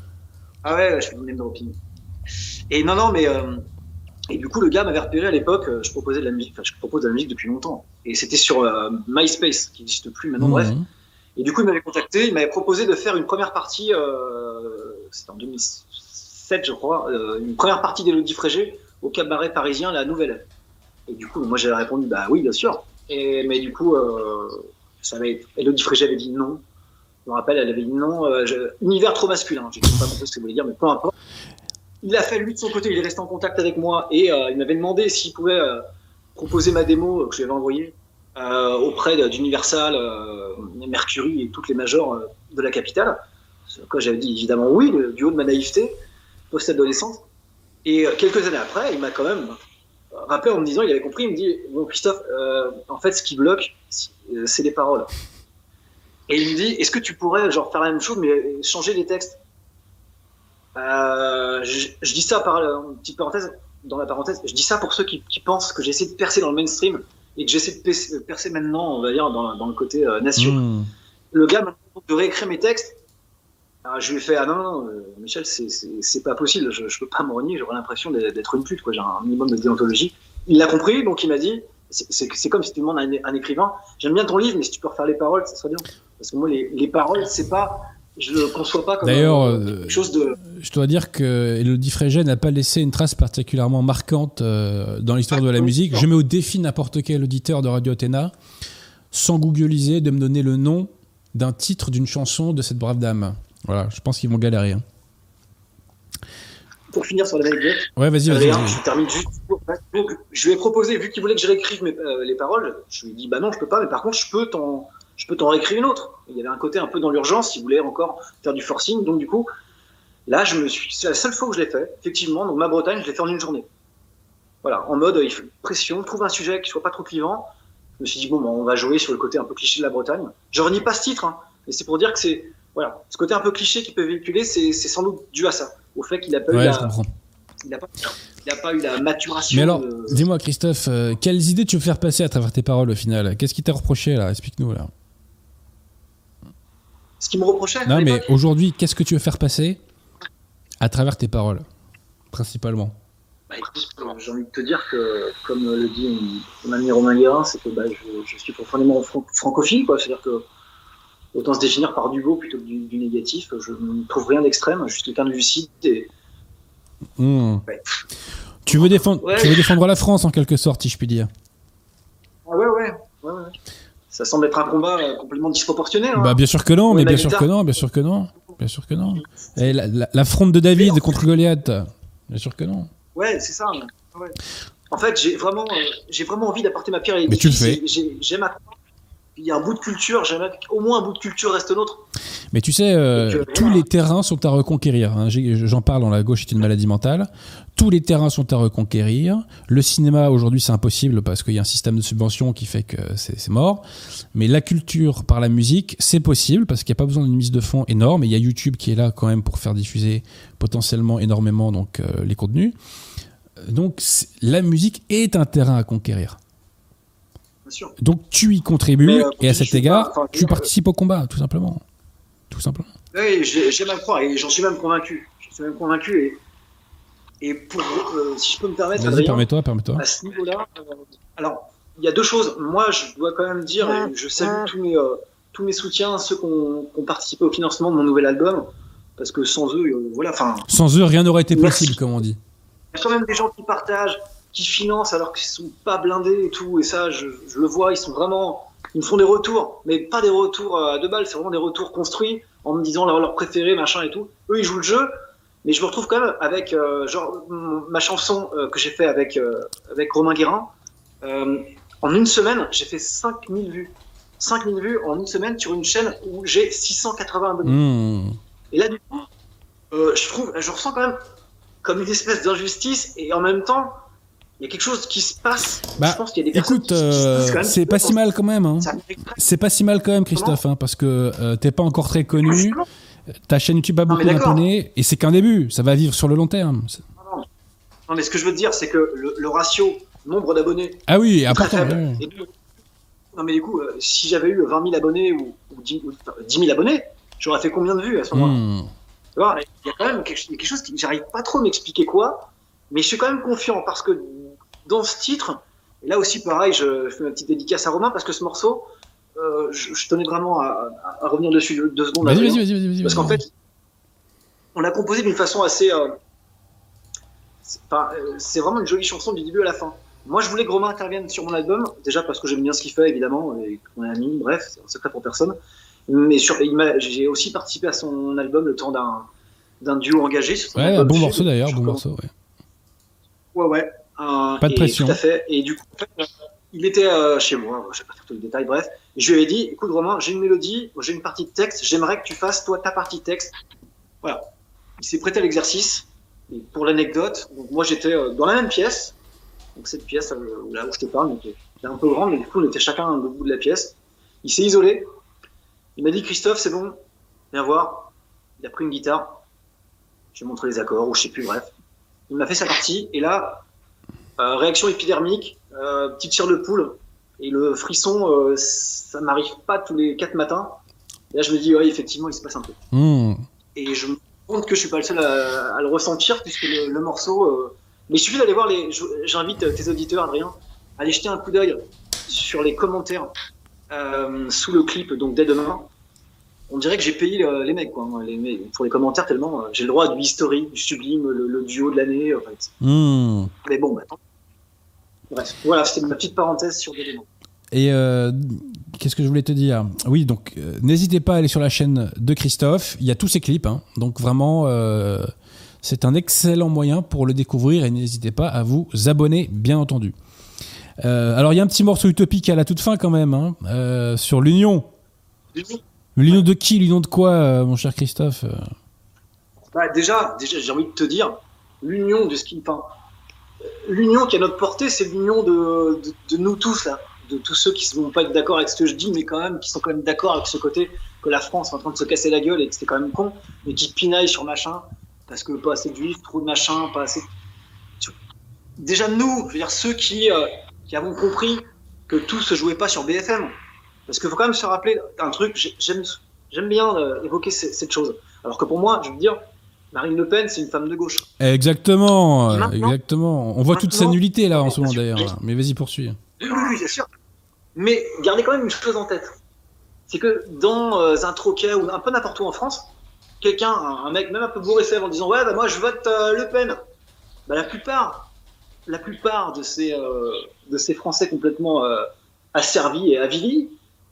Ah ouais, je peux donner mon opinion. Et non, non, mais euh, et du coup, le gars m'avait repéré à l'époque. Je proposais de la musique, enfin, je propose de la musique depuis longtemps. Et c'était sur euh, MySpace, qui n'existe plus maintenant. Mmh. Bref. Et du coup, il m'avait contacté. Il m'avait proposé de faire une première partie. Euh, c'était en deux mille sept, je crois. Euh, une première partie d'Élodie Frégé au cabaret parisien La Nouvelle. Et du coup, moi, j'avais répondu, bah oui, bien sûr. Et mais du coup, euh, ça avait, Élodie Frégé avait dit non. Je me rappelle, elle avait dit non. Euh, je, univers trop masculin. Je ne sais pas compris ce que ça voulait dire, mais peu importe. Il a fait, lui, de son côté, il est resté en contact avec moi et euh, il m'avait demandé s'il pouvait euh, proposer ma démo euh, que je lui avais envoyée euh, auprès d'Universal, euh, Mercury et toutes les majors euh, de la capitale. Sur quoi j'avais dit évidemment oui, le, du haut de ma naïveté post-adolescente. Et euh, quelques années après, il m'a quand même rappelé en me disant, il avait compris, il me dit, bon Christophe, euh, en fait, ce qui bloque, c'est les paroles. Et il me dit, est-ce que tu pourrais genre faire la même chose, mais changer les textes? Euh, je, je dis ça par une petite parenthèse, dans la parenthèse, je dis ça pour ceux qui, qui pensent que j'essaie de percer dans le mainstream et que j'essaie de percer, percer maintenant, on va dire, dans, dans le côté euh, nation. Mmh. Le gars m'a demandé de réécrire mes textes. Alors, je lui ai fait, ah non, non, euh, Michel, c'est pas possible, je, je peux pas me renier, j'aurais l'impression d'être une pute, quoi, j'ai un minimum de déontologie. Il l'a compris, donc il m'a dit, c'est comme si tu demandes à un, un écrivain, j'aime bien ton livre, mais si tu peux refaire les paroles, ça serait bien. Parce que moi, les, les paroles, c'est pas. Je ne le conçois pas comme euh, quelque chose de... Je dois dire que Élodie Frégé n'a pas laissé une trace particulièrement marquante euh, dans l'histoire de la musique. Je mets au défi n'importe quel auditeur de Radio Athéna, sans googliser, de me donner le nom d'un titre d'une chanson de cette brave dame. Voilà, je pense qu'ils vont galérer. Hein. Pour finir sur l'anecdote, ouais, vas-y, vas-y. Vas je termine juste. Donc, je lui ai proposé, vu qu'il voulait que je réécrive mes, euh, les paroles, je lui ai dit, bah non, je peux pas, mais par contre, je peux t'en... je peux t'en réécrire une autre. Il y avait un côté un peu dans l'urgence, il voulait encore faire du forcing, donc du coup, là, je me suis, c'est la seule fois où je l'ai fait, effectivement, donc Ma Bretagne, je l'ai fait en une journée. Voilà, en mode, il faut pression, trouve un sujet qui soit pas trop clivant. Je me suis dit, bon, bah, on va jouer sur le côté un peu cliché de la Bretagne. Je renie pas ce titre, hein, mais c'est pour dire que c'est, voilà, ce côté un peu cliché qu'il peut véhiculer, c'est sans doute dû à ça, au fait qu'il a pas ouais, eu la... je comprends. Il n'a pas, pas eu la maturation. Mais alors, de... dis-moi, Christophe, euh, quelles idées tu veux faire passer à travers tes paroles au final? Qu'est-ce qui t'a reproché là? Explique-nous là. Ce qui me reprochait. Non, mais aujourd'hui, qu'est-ce que tu veux faire passer à travers tes paroles, principalement? Bah, écoute, j'ai envie de te dire que, comme le dit mon ami Romain Guérin, c'est que bah, je, je suis profondément fran francophile, quoi. C'est-à-dire que autant se définir par du beau plutôt que du, du négatif. Je ne trouve rien d'extrême, juste quelqu'un de lucide et. Mmh. Ouais. Tu veux défendre, ouais. tu veux défendre la France en quelque sorte, si je puis dire. Ah ouais, ouais, ouais, ouais. ça semble être un combat euh, complètement disproportionné. Hein. Bah bien sûr que non, On mais est bien la sûr guitare. que non, bien sûr que non, bien sûr que non. Et la, la, l'affronte de David Mais en contre Goliath, bien sûr que non. Ouais, c'est ça. Ouais. En fait, j'ai vraiment, euh, j'ai vraiment envie d'apporter ma pierre à Mais tu le l'édifice. fais. et j'ai- J'aime à... Il y a un bout de culture, j'aimerais qu'au moins un bout de culture reste nôtre. Mais tu sais, euh, Et que- tous les terrains sont à reconquérir. Hein. J'ai- J'en parle dans La gauche est une maladie mentale. Tous les terrains sont à reconquérir. Le cinéma, aujourd'hui, c'est impossible parce qu'il y a un système de subvention qui fait que c'est c'est mort. Mais la culture par la musique, c'est possible parce qu'il n'y a pas besoin d'une mise de fonds énorme. Et il y a YouTube qui est là quand même pour faire diffuser potentiellement énormément donc, euh, les contenus. Donc c'est- la musique est un terrain à conquérir. Bien sûr. Donc tu y contribues Mais, euh, et à je cet suis égard, pas- enfin, tu je- participes au combat, tout simplement. Tout simplement. Oui, j'ai- j'aime à le croire et j'en suis même convaincu. Je suis même convaincu et, et pour, euh, si je peux me permettre, Vas-y, Adrien, permets-toi, permets-toi. à ce niveau-là, euh, alors il y a deux choses. Moi, je dois quand même dire, et je salue tous mes, euh, tous mes soutiens, ceux qui ont, qui ont participé au financement de mon nouvel album, parce que sans eux, euh, voilà, enfin, Sans eux, rien n'aurait été Merci. possible, comme on dit. il y a quand même des gens qui partagent, qui financent alors qu'ils sont pas blindés et tout, et ça, je, je le vois, ils sont vraiment, ils me font des retours, mais pas des retours à deux balles, c'est vraiment des retours construits en me disant leur, leur préféré, machin et tout. Eux, ils jouent le jeu, mais je me retrouve quand même avec, euh, genre, m- ma chanson euh, que j'ai fait avec, euh, avec Romain Guérin. Euh, en une semaine, j'ai fait cinq mille vues. cinq mille vues en une semaine sur une chaîne où j'ai six cent quatre-vingts abonnés. Mmh. Et là, du coup, euh, je trouve, je ressens quand même comme une espèce d'injustice et en même temps, il y a quelque chose qui se passe. Bah, je pense qu'il y a des personnes Écoute, qui, qui se euh, disent quand même c'est pas si mal quand même. Hein. Ça mériterait- C'est pas si mal quand même, Christophe, hein, parce que euh, t'es pas encore très connu. Ta chaîne YouTube a Non, beaucoup mais d'accord. d'abonnés et c'est qu'un début. Ça va vivre sur le long terme. C'est- Non, mais ce que je veux te dire, c'est que le, le ratio nombre d'abonnés Ah oui, est très important. faible. ouais. Et donc, non, mais du coup, euh, si j'avais eu vingt mille abonnés ou, ou dix, ou dix mille abonnés, j'aurais fait combien de vues à ce moment-là? Mmh. Tu vois, il y a quand même quelque, il y a quelque chose qui j'arrive pas trop à m'expliquer quoi, mais je suis quand même confiant parce que dans ce titre, et là aussi pareil, je, je fais ma petite dédicace à Romain parce que ce morceau, euh, je, je tenais vraiment à, à- à revenir dessus deux, deux secondes. Vas-y, Adrien. vas-y, vas-y, vas-y. Parce qu'en vas-y. fait, on l'a composé d'une façon assez. Euh, c'est, pas- euh, c'est vraiment une jolie chanson du début à la fin. Moi, je voulais que Romain intervienne sur mon album, déjà parce que j'aime bien ce qu'il fait, évidemment, et qu'on est amis, bref, c'est un secret pour personne. Mais sur, il m'a- j'ai aussi participé à son album le temps d'un, d'un duo engagé. Sur son Ouais, album un bon Sud. morceau d'ailleurs, Je bon recommande. morceau. Ouais. Ouais, ouais. Euh, Pas de et pression. Tout à fait. Et du coup, en fait, euh, il était euh, chez moi, je vais pas faire tous les détails, bref. Et je lui ai dit, écoute Romain, j'ai une mélodie, j'ai une partie de texte, j'aimerais que tu fasses toi ta partie de texte. Voilà. Il s'est prêté à l'exercice. Et pour l'anecdote, donc moi j'étais euh, dans la même pièce, donc cette pièce euh, là où je te parle, donc, qui est un peu grande, mais du coup on était chacun au bout de la pièce. Il s'est isolé. Il m'a dit Christophe, c'est bon, viens voir. Il a pris une guitare. J'ai montré les accords, ou je sais plus, bref. Il m'a fait sa partie, et là, euh, réaction épidermique, euh, petite chair de poule, et le frisson, euh, ça m'arrive pas tous les quatre matins. Et là, je me dis, oui, effectivement, il se passe un truc. Mmh. Et je me rends compte que je suis pas le seul à, à le ressentir, puisque le, le morceau. Euh... Mais il suffit d'aller voir les. je- J'invite tes auditeurs, Adrien, à aller jeter un coup d'œil sur les commentaires euh, sous le clip, donc dès demain. On dirait que j'ai payé euh, les mecs, quoi, hein, les, mecs, pour les commentaires, tellement euh, j'ai le droit à du historique, du sublime, le, le duo de l'année. En fait. Mmh. Mais bon, bah, attends. Bref, voilà, c'était ma petite parenthèse sur l'élément. Et euh, qu'est-ce que je voulais te dire? Oui, donc euh, n'hésitez pas à aller sur la chaîne de Christophe. Il y a tous ses clips, hein. Donc vraiment, euh, c'est un excellent moyen pour le découvrir et n'hésitez pas à vous abonner, bien entendu. Euh, alors il y a un petit morceau utopique à la toute fin quand même, hein, euh, sur l'union. L'union de qui? L'union de quoi, euh, mon cher Christophe? Bah, déjà, déjà j'ai envie de te dire, l'union de ce qui. Enfin, l'union qui est à notre portée, c'est l'union de, de, de nous tous, là. De tous ceux qui ne vont pas être d'accord avec ce que je dis, mais quand même, qui sont quand même d'accord avec ce côté que la France est en train de se casser la gueule et que c'était quand même con, mais qui pinaille sur machin, parce que pas assez de juifs, trop de machin, pas assez. Déjà, nous, je veux dire, ceux qui, euh, qui avons compris que tout se jouait pas sur B F M. Parce qu'il faut quand même se rappeler un truc, j'ai- j'aime, j'aime bien euh, évoquer c- cette chose. Alors que pour moi, je veux dire, Marine Le Pen, c'est une femme de gauche. Exactement, euh, Maintenant- exactement. On voit toute sa maintenant- nullité là en ce moment Bien sûr. d'ailleurs. là. Mais vas-y, poursuis. Oui, oui, oui, bien sûr. Mais gardez quand même une chose en tête. C'est que dans euh, un troquet ou un peu n'importe où en France, quelqu'un, un, un mec même un peu bourré sève en disant ouais, bah moi je vote euh, Le Pen. Bah la plupart, la plupart de ces, euh, de ces Français complètement euh, asservis et avilis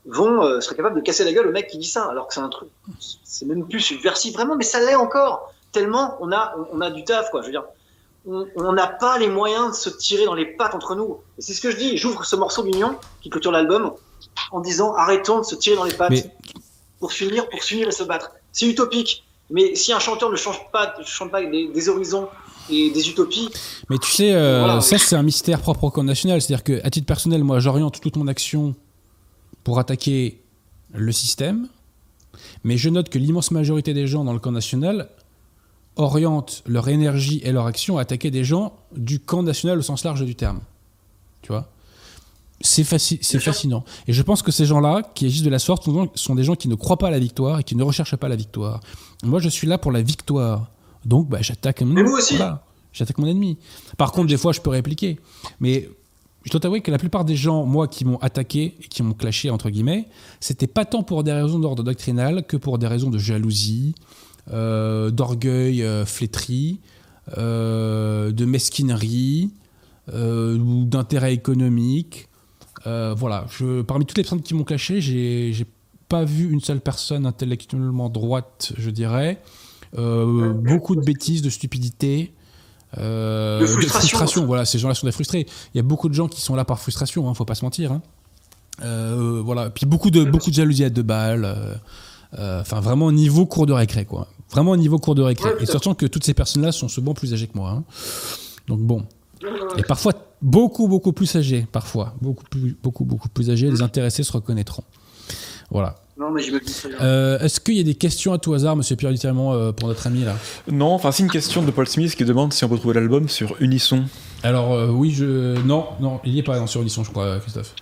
vont euh, seraient capables de casser la gueule au mec qui dit ça, alors que c'est un truc, c'est même plus subversif vraiment, mais ça l'est encore. Tellement on a, on, on a du taf, quoi. Je veux dire, on n'a pas les moyens de se tirer dans les pattes entre nous. Et c'est ce que je dis. J'ouvre ce morceau mignon qui clôture l'album en disant arrêtons de se tirer dans les pattes mais... pour finir, pour s'unir et se battre. C'est utopique. Mais si un chanteur ne change pas, ne change pas des, des horizons et des utopies. Mais tu sais, euh, voilà, ça oui. c'est un mystère propre au camp national. C'est-à-dire qu'à titre personnel, moi, j'oriente toute mon action pour attaquer le système. Mais je note que l'immense majorité des gens dans le camp national orientent leur énergie et leur action à attaquer des gens du camp national au sens large du terme. Tu vois ? C'est, faci- c'est fascinant. Et je pense que ces gens-là, qui agissent de la sorte, sont, sont des gens qui ne croient pas à la victoire et qui ne recherchent pas la victoire. Moi, je suis là pour la victoire. Donc, bah, j'attaque mon ennemi. Voilà. J'attaque mon ennemi. Par contre, des fois, je peux répliquer. Mais je dois t'avouer que la plupart des gens, moi, qui m'ont attaqué et qui m'ont clashé, entre guillemets, c'était pas tant pour des raisons d'ordre doctrinal que pour des raisons de jalousie, euh, d'orgueil euh, flétri, euh, de mesquinerie, euh, ou d'intérêt économique. Euh, voilà, je, parmi toutes les personnes qui m'ont clashé, j'ai, j'ai pas vu une seule personne intellectuellement droite, je dirais. Euh, beaucoup de bêtises, de stupidité, euh, de frustration. de frustration. Voilà, ces gens-là sont des frustrés. Il y a beaucoup de gens qui sont là par frustration, hein, faut pas se mentir. Hein. Euh, voilà, puis beaucoup de beaucoup de jalousie à deux balles. Euh, enfin, euh, vraiment au niveau cours de récré, quoi. Vraiment au niveau cours de récré. Ouais, et surtout que toutes ces personnes-là sont souvent plus âgées que moi. Hein. Donc bon. Et parfois beaucoup beaucoup plus âgés, parfois beaucoup plus beaucoup beaucoup plus âgés. Les intéressés se reconnaîtront. Voilà. Non, mais je me dis euh, est-ce qu'il y a des questions à tout hasard, Monsieur Pierre Littéralement, euh, pour notre ami là ? Non, enfin c'est une question de Paul Smith qui demande si on peut trouver l'album sur Unisson. Alors euh, oui, je non non, il y est pas non, sur Unisson, je crois, Christophe.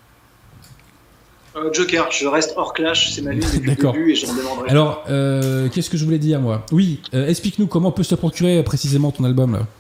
Euh, Joker, je reste hors clash, c'est ma ligne depuis le début et j'en demanderai. Alors, euh, qu'est-ce que je voulais dire moi ? Oui, euh, explique-nous comment on peut se procurer précisément ton album là.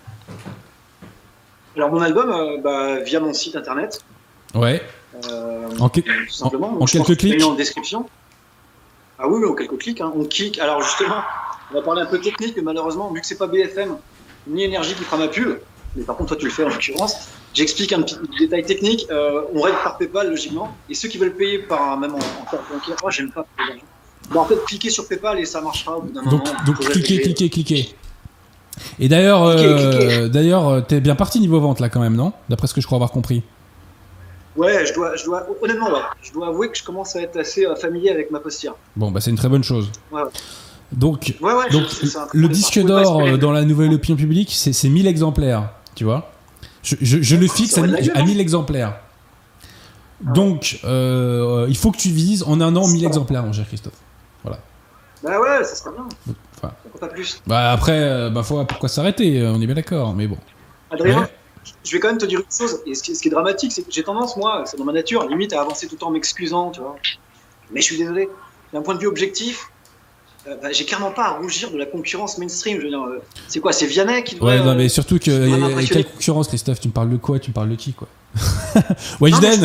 Alors mon album, euh, bah, via mon site internet. Ouais. Euh, en, que- tout simplement. en, en quelques clics. En description. Ah oui, oui, en quelques clics. Hein. On clique. Alors justement, on va parler un peu technique, mais malheureusement, vu que c'est pas B F M ni Énergie qui fera ma pub, mais par contre toi tu le fais en l'occurrence, j'explique un petit détail technique. Euh, on règle par PayPal logiquement, et ceux qui veulent payer par même en, en carte bancaire, moi oh, j'aime pas payer d'argent. Bon, en fait, cliquez sur PayPal et ça marchera au bout d'un donc, moment. Donc cliquez, cliquez, cliquez. Et d'ailleurs, euh, d'ailleurs, t'es bien parti niveau vente là quand même, non ? D'après ce que je crois avoir compris. Ouais, je dois, je dois, honnêtement, ouais, je dois avouer que je commence à être assez euh, familier avec ma postière. Bon, bah c'est une très bonne chose. Ouais. Donc, ouais, ouais, donc je, ça, le disque d'or euh, dans la nouvelle opinion publique, c'est, c'est mille exemplaires, tu vois. Je, je, je le fixe à, à mille exemplaires. Ah. Donc, euh, il faut que tu vises en un an mille exemplaires, mon cher Christophe. Voilà. Bah ouais, ça serait bien. Enfin, pourquoi pas plus. Bah après, euh, bah faut, pourquoi s'arrêter ? On est bien d'accord, mais bon. Adrien, ouais. Je vais quand même te dire une chose, et ce qui, ce qui est dramatique, c'est que j'ai tendance, moi, c'est dans ma nature, limite à avancer tout le temps en m'excusant, tu vois. Mais je suis désolé, d'un point de vue objectif, euh, bah, j'ai clairement pas à rougir de la concurrence mainstream. Je veux dire, euh, c'est quoi, c'est Vianney qui devrait... Ouais, non, mais surtout que y a, y a quelle concurrence, Christophe ? Tu me parles de quoi ? Tu me parles de qui, quoi ? Weshden.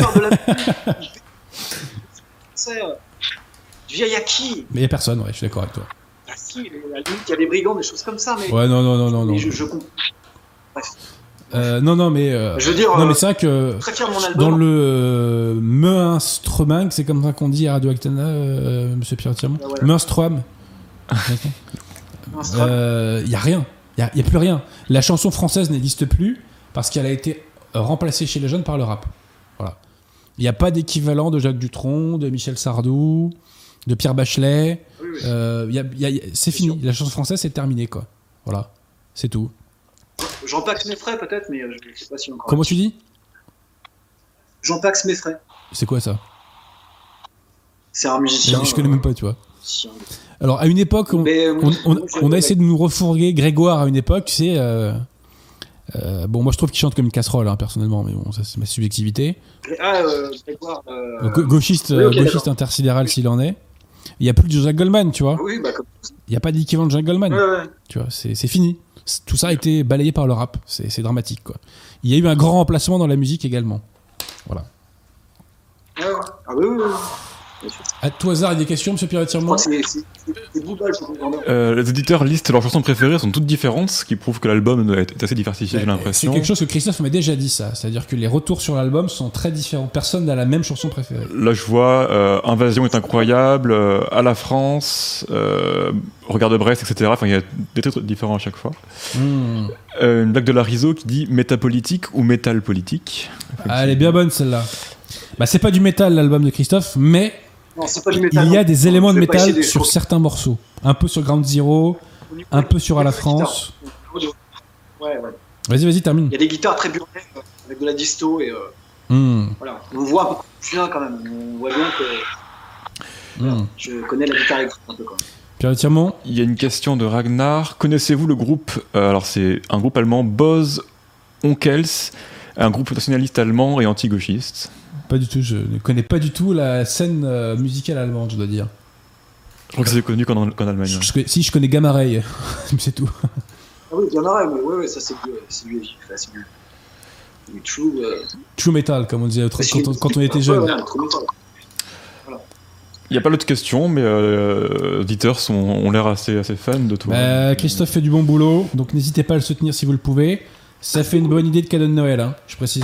C'est... Euh, il y a qui ? Mais il y a personne, ouais, je suis d'accord avec toi. Ah si, à la limite, il y a des brigands, des choses comme ça, mais... Ouais, non, non, non, non, non. Je, je comprends. Bref. Euh, non, non, mais euh, je veux dire, non, euh, mais c'est vrai que dans le euh, Meinströming, c'est comme ça qu'on dit à Radio Actana, euh, Monsieur Pierre Tirmont. Ah, voilà. Meinström. Il euh, y a rien, il y a, y a plus rien. La chanson française n'existe plus parce qu'elle a été remplacée chez les jeunes par le rap. Voilà. Il n'y a pas d'équivalent de Jacques Dutronc, de Michel Sardou, de Pierre Bachelet. Oui, oui. Euh, y a, y a, y a, c'est, c'est fini. Sûr. La chanson française, c'est terminé, quoi. Voilà, c'est tout. Jean-Pax Meffray peut-être, mais je ne sais pas si encore. Comment tu dis ? Jean-Pax Meffray. C'est quoi ça ? C'est un musicien. Je, je connais euh, même pas, tu vois. Musicien. Alors à une époque, on, mais, on, on, on, on a essayé de nous refourguer Grégoire à une époque, tu sais. Euh, euh, bon, moi je trouve qu'il chante comme une casserole, hein, personnellement, mais bon, ça c'est ma subjectivité. Ah, euh, Grégoire. Euh... Ga- gauchiste, oui, okay, gauchiste intersidéral oui. S'il en est. Il n'y a plus de Jacques Goldman, tu vois. Oui, bah comme. Il n'y a pas d'équivalent de Jacques Goldman. Ouais, ouais. Tu vois, c'est, c'est fini. Tout ça a été balayé par le rap. C'est, c'est dramatique, quoi. Il y a eu un grand remplacement dans la musique également. Voilà. Ah oui, oui, oui. bien sûr. À tout hasard, il y a des questions, monsieur Je crois Pierre-Tirement? que c'est, c'est, c'est, c'est Booba, je crois. Euh, les auditeurs listent leurs chansons préférées, sont toutes différentes, ce qui prouve que l'album est assez diversifié, j'ai l'impression. C'est quelque chose que Christophe m'a déjà dit, ça. C'est-à-dire que les retours sur l'album sont très différents. Personne n'a la même chanson préférée. Là, je vois euh, Invasion est incroyable, euh, À la France, euh, Regard de Brest, et cetera. Enfin, il y a des titres différents à chaque fois. Mmh. Euh, une blague de Larizo qui dit métapolitique ou métal politique. Ah, elle est bien bonne, celle-là. Bah, c'est pas du métal, l'album de Christophe, mais Non, c'est pas du métal. il y a non. des éléments Je de vais pas métal essayer de- sur certains morceaux. Un peu sur Ground Zero, un peu sur À la France. Ouais, ouais. Vas-y, vas-y, termine. Il y a des guitares très burlesques, avec de la disto, et euh, Mmh. voilà. On voit un peu plus bien quand même. On voit bien que Mmh. je connais la guitare électrique un peu quand même. Pierre-Tirement? Il y a une question de Ragnar. Connaissez-vous le groupe euh, Alors, c'est un groupe allemand, Bose Onkels, un groupe nationaliste allemand et anti-gauchiste. Pas du tout, je ne connais pas du tout la scène euh, musicale allemande, je dois dire. Je crois que c'est connu qu'en, qu'en Allemagne. Je- ouais. je connais- si, je connais Gamma Ray, mais c'est tout. Ah oui, bien marré, mais ouais, ouais, ça c'est du, c'est du, enfin, c'est du, du true. Euh, True Metal, comme on disait autrefois, c'est- quand, on, quand on était ouais, jeune. voilà, true metal. Il n'y a pas d'autres questions, mais euh, les auditeurs sont, ont l'air assez, assez fans de toi. Bah, Christophe fait du bon boulot, donc n'hésitez pas à le soutenir si vous le pouvez. Ça fait une bonne idée de cadeau de Noël, hein, je précise.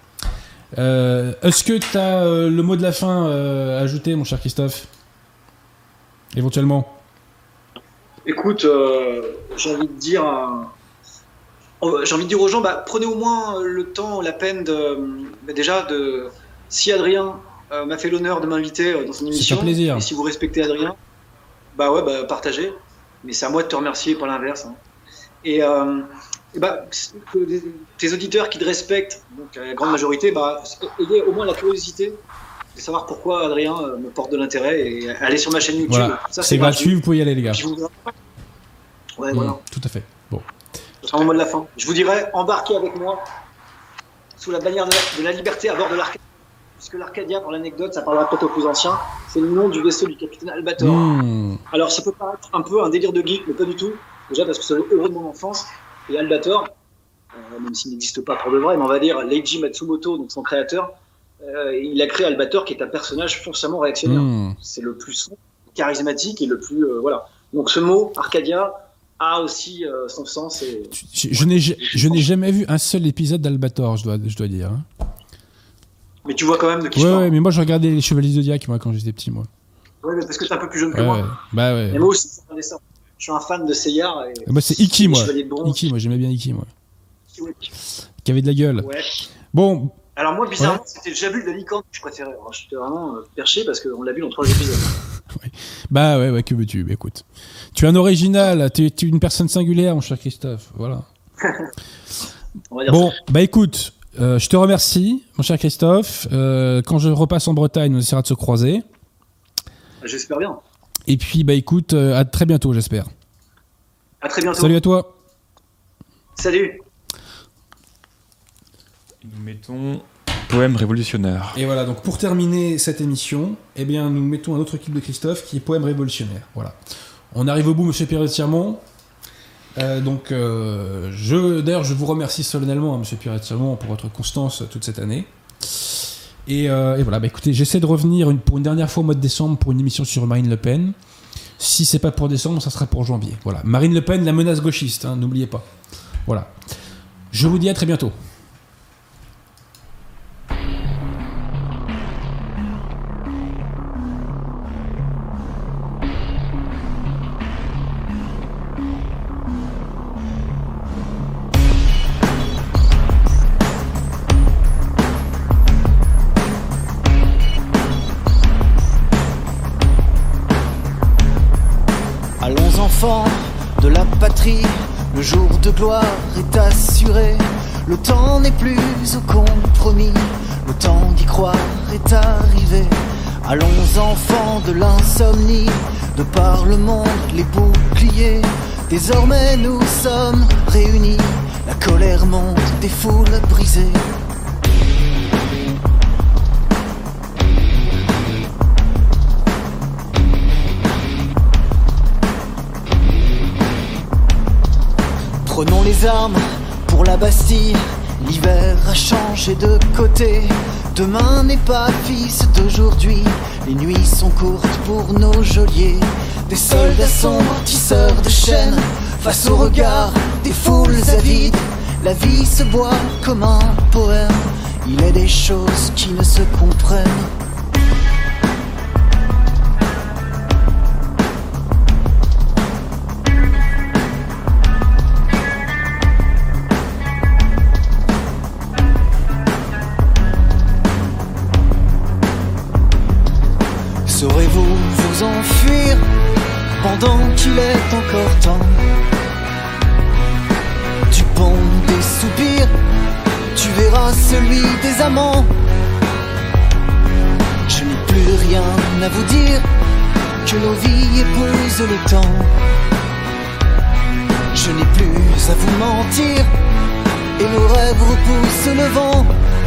Euh, Est-ce que tu as euh, le mot de la fin euh, à ajouter, mon cher Christophe? Éventuellement. Écoute, euh, j'ai envie de dire, euh, oh, j'ai envie de dire aux gens, bah, prenez au moins le temps, la peine de, bah, déjà de, si Adrien euh, m'a fait l'honneur de m'inviter euh, dans son émission, un plaisir. et si vous respectez Adrien, bah ouais, bah partagez. Mais c'est à moi de te remercier, pas l'inverse. Hein. Et, euh, et bah, que des- tes auditeurs qui te respectent, donc la grande majorité, bah, ayez au moins la curiosité de savoir pourquoi Adrien euh, me porte de l'intérêt et allez sur ma chaîne YouTube. Voilà, Ça, c'est gratuit, vous pouvez y aller, les gars. Puis je vous- Ouais, Mmh, voilà. tout à fait. Bon. C'est vraiment le mot de la fin. Je vous dirais, embarquez avec moi sous la bannière de la, de la liberté à bord de l'Arcadia. Puisque l'Arcadia, pour l'anecdote, ça parlera peut-être aux plus anciens, c'est le nom du vaisseau du capitaine Albator. Mmh. Alors ça peut paraître un peu un délire de geek, mais pas du tout. Déjà parce que c'est le héros de mon enfance. Et Albator, euh, même s'il n'existe pas pour de vrai, mais on va dire Leiji Matsumoto, donc son créateur, euh, il a créé Albator qui est un personnage foncièrement réactionnaire. Mmh. C'est le plus sombre, charismatique et le plus... euh, voilà. Donc ce mot, Arcadia, a aussi euh, son sens. Et... Je, je n'ai je n'ai jamais vu un seul épisode d'Albator, je dois, je dois dire. hein. Mais tu vois quand même de qui Ouais, je parle. ouais, mais moi je regardais les Chevaliers Zodiac, moi, quand j'étais petit, moi. Ouais, mais parce que t'es un peu plus jeune que Ouais, moi. ouais. Bah ouais. Et moi aussi, je regardais ça. Je suis un fan de Seyard. Et... Et moi, c'est Iki, moi. Chevalier de Bronze. Iki, moi, j'aimais bien Iki, moi. Ouais. Qui avait de la gueule. Ouais. Bon, Alors moi, bizarrement, Ouais. c'était le Jabu de la licorne que je préférais. Alors, j'étais vraiment euh, perché parce qu'on l'a vu dans trois épisodes. bah ouais, ouais, que veux-tu? Bah, écoute. Tu es un original, tu es, tu es une personne singulière, mon cher Christophe. Voilà. On va dire Bon, ça. bah écoute, euh, je te remercie, mon cher Christophe. Euh, quand je repasse en Bretagne, on essaiera de se croiser. J'espère bien. Et puis, bah écoute, euh, à très bientôt, j'espère. À très bientôt. Salut à toi. Salut. Nous mettons poème révolutionnaire. Et voilà, donc pour terminer cette émission, eh bien, nous mettons un autre clip de Christophe qui est Poème révolutionnaire. Voilà. On arrive au bout, monsieur Pierre-Tirmont. Euh, donc, euh, je, d'ailleurs, je vous remercie solennellement, hein, monsieur Pierre-Tirmont, pour votre constance toute cette année. Et, euh, et voilà, bah écoutez, j'essaie de revenir une, pour une dernière fois au mois de décembre pour une émission sur Marine Le Pen. Si c'est pas pour décembre, ça sera pour janvier. Voilà. Marine Le Pen, la menace gauchiste, hein, n'oubliez pas. Voilà. Je vous dis à très bientôt. Allons enfants de la patrie, le jour de gloire est assuré. Le temps n'est plus au compromis, le temps d'y croire est arrivé. Allons enfants de l'insomnie, de par le monde les boucliers. Désormais nous sommes réunis, la colère monte des foules brisées. Prenons les armes pour la Bastille, l'hiver a changé de côté. Demain n'est pas fils d'aujourd'hui. Les nuits sont courtes pour nos geôliers. Des soldats sombres, tisseurs de chaînes, face au regard des foules avides. La vie se boit comme un poème. Il est des choses qui ne se comprennent. Saurez-vous vous enfuir pendant qu'il est encore temps? Du pont des soupirs, tu verras celui des amants. Je n'ai plus rien à vous dire, que nos vies épousent le temps. Je n'ai plus à vous mentir, et nos rêves repoussent le vent.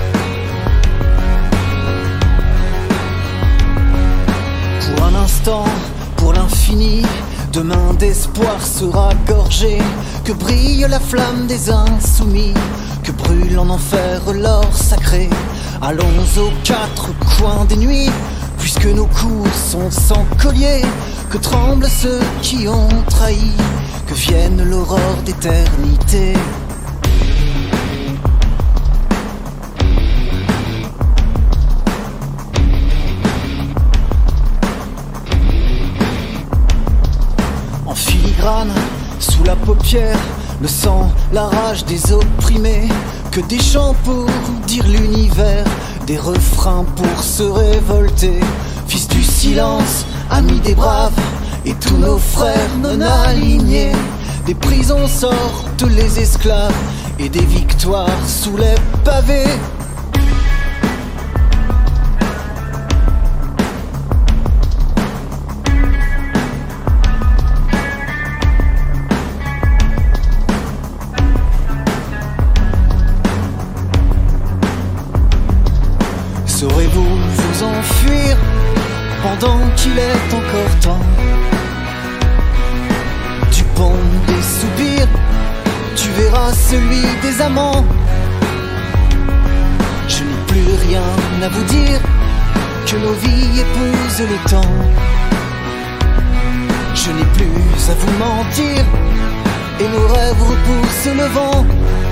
Pour un instant, pour l'infini, demain d'espoir sera gorgé. Que brille la flamme des insoumis, que brûle en enfer l'or sacré. Allons aux quatre coins des nuits, puisque nos coups sont sans collier. Que tremblent ceux qui ont trahi, que vienne l'aurore d'éternité. En filigrane, sous la paupière, le sang, la rage des opprimés. Que des chants pour dire l'univers, des refrains pour se révolter. Fils du silence, amis des braves, et tous nos frères non alignés. Des prisons sortent les esclaves, et des victoires sous les pavés. Saurez-vous vous enfuir pendant qu'il est encore temps? Du pont des soupirs, tu verras celui des amants. Je n'ai plus rien à vous dire, que nos vies épousent le temps. Je n'ai plus à vous mentir, et nos rêves repoussent le vent.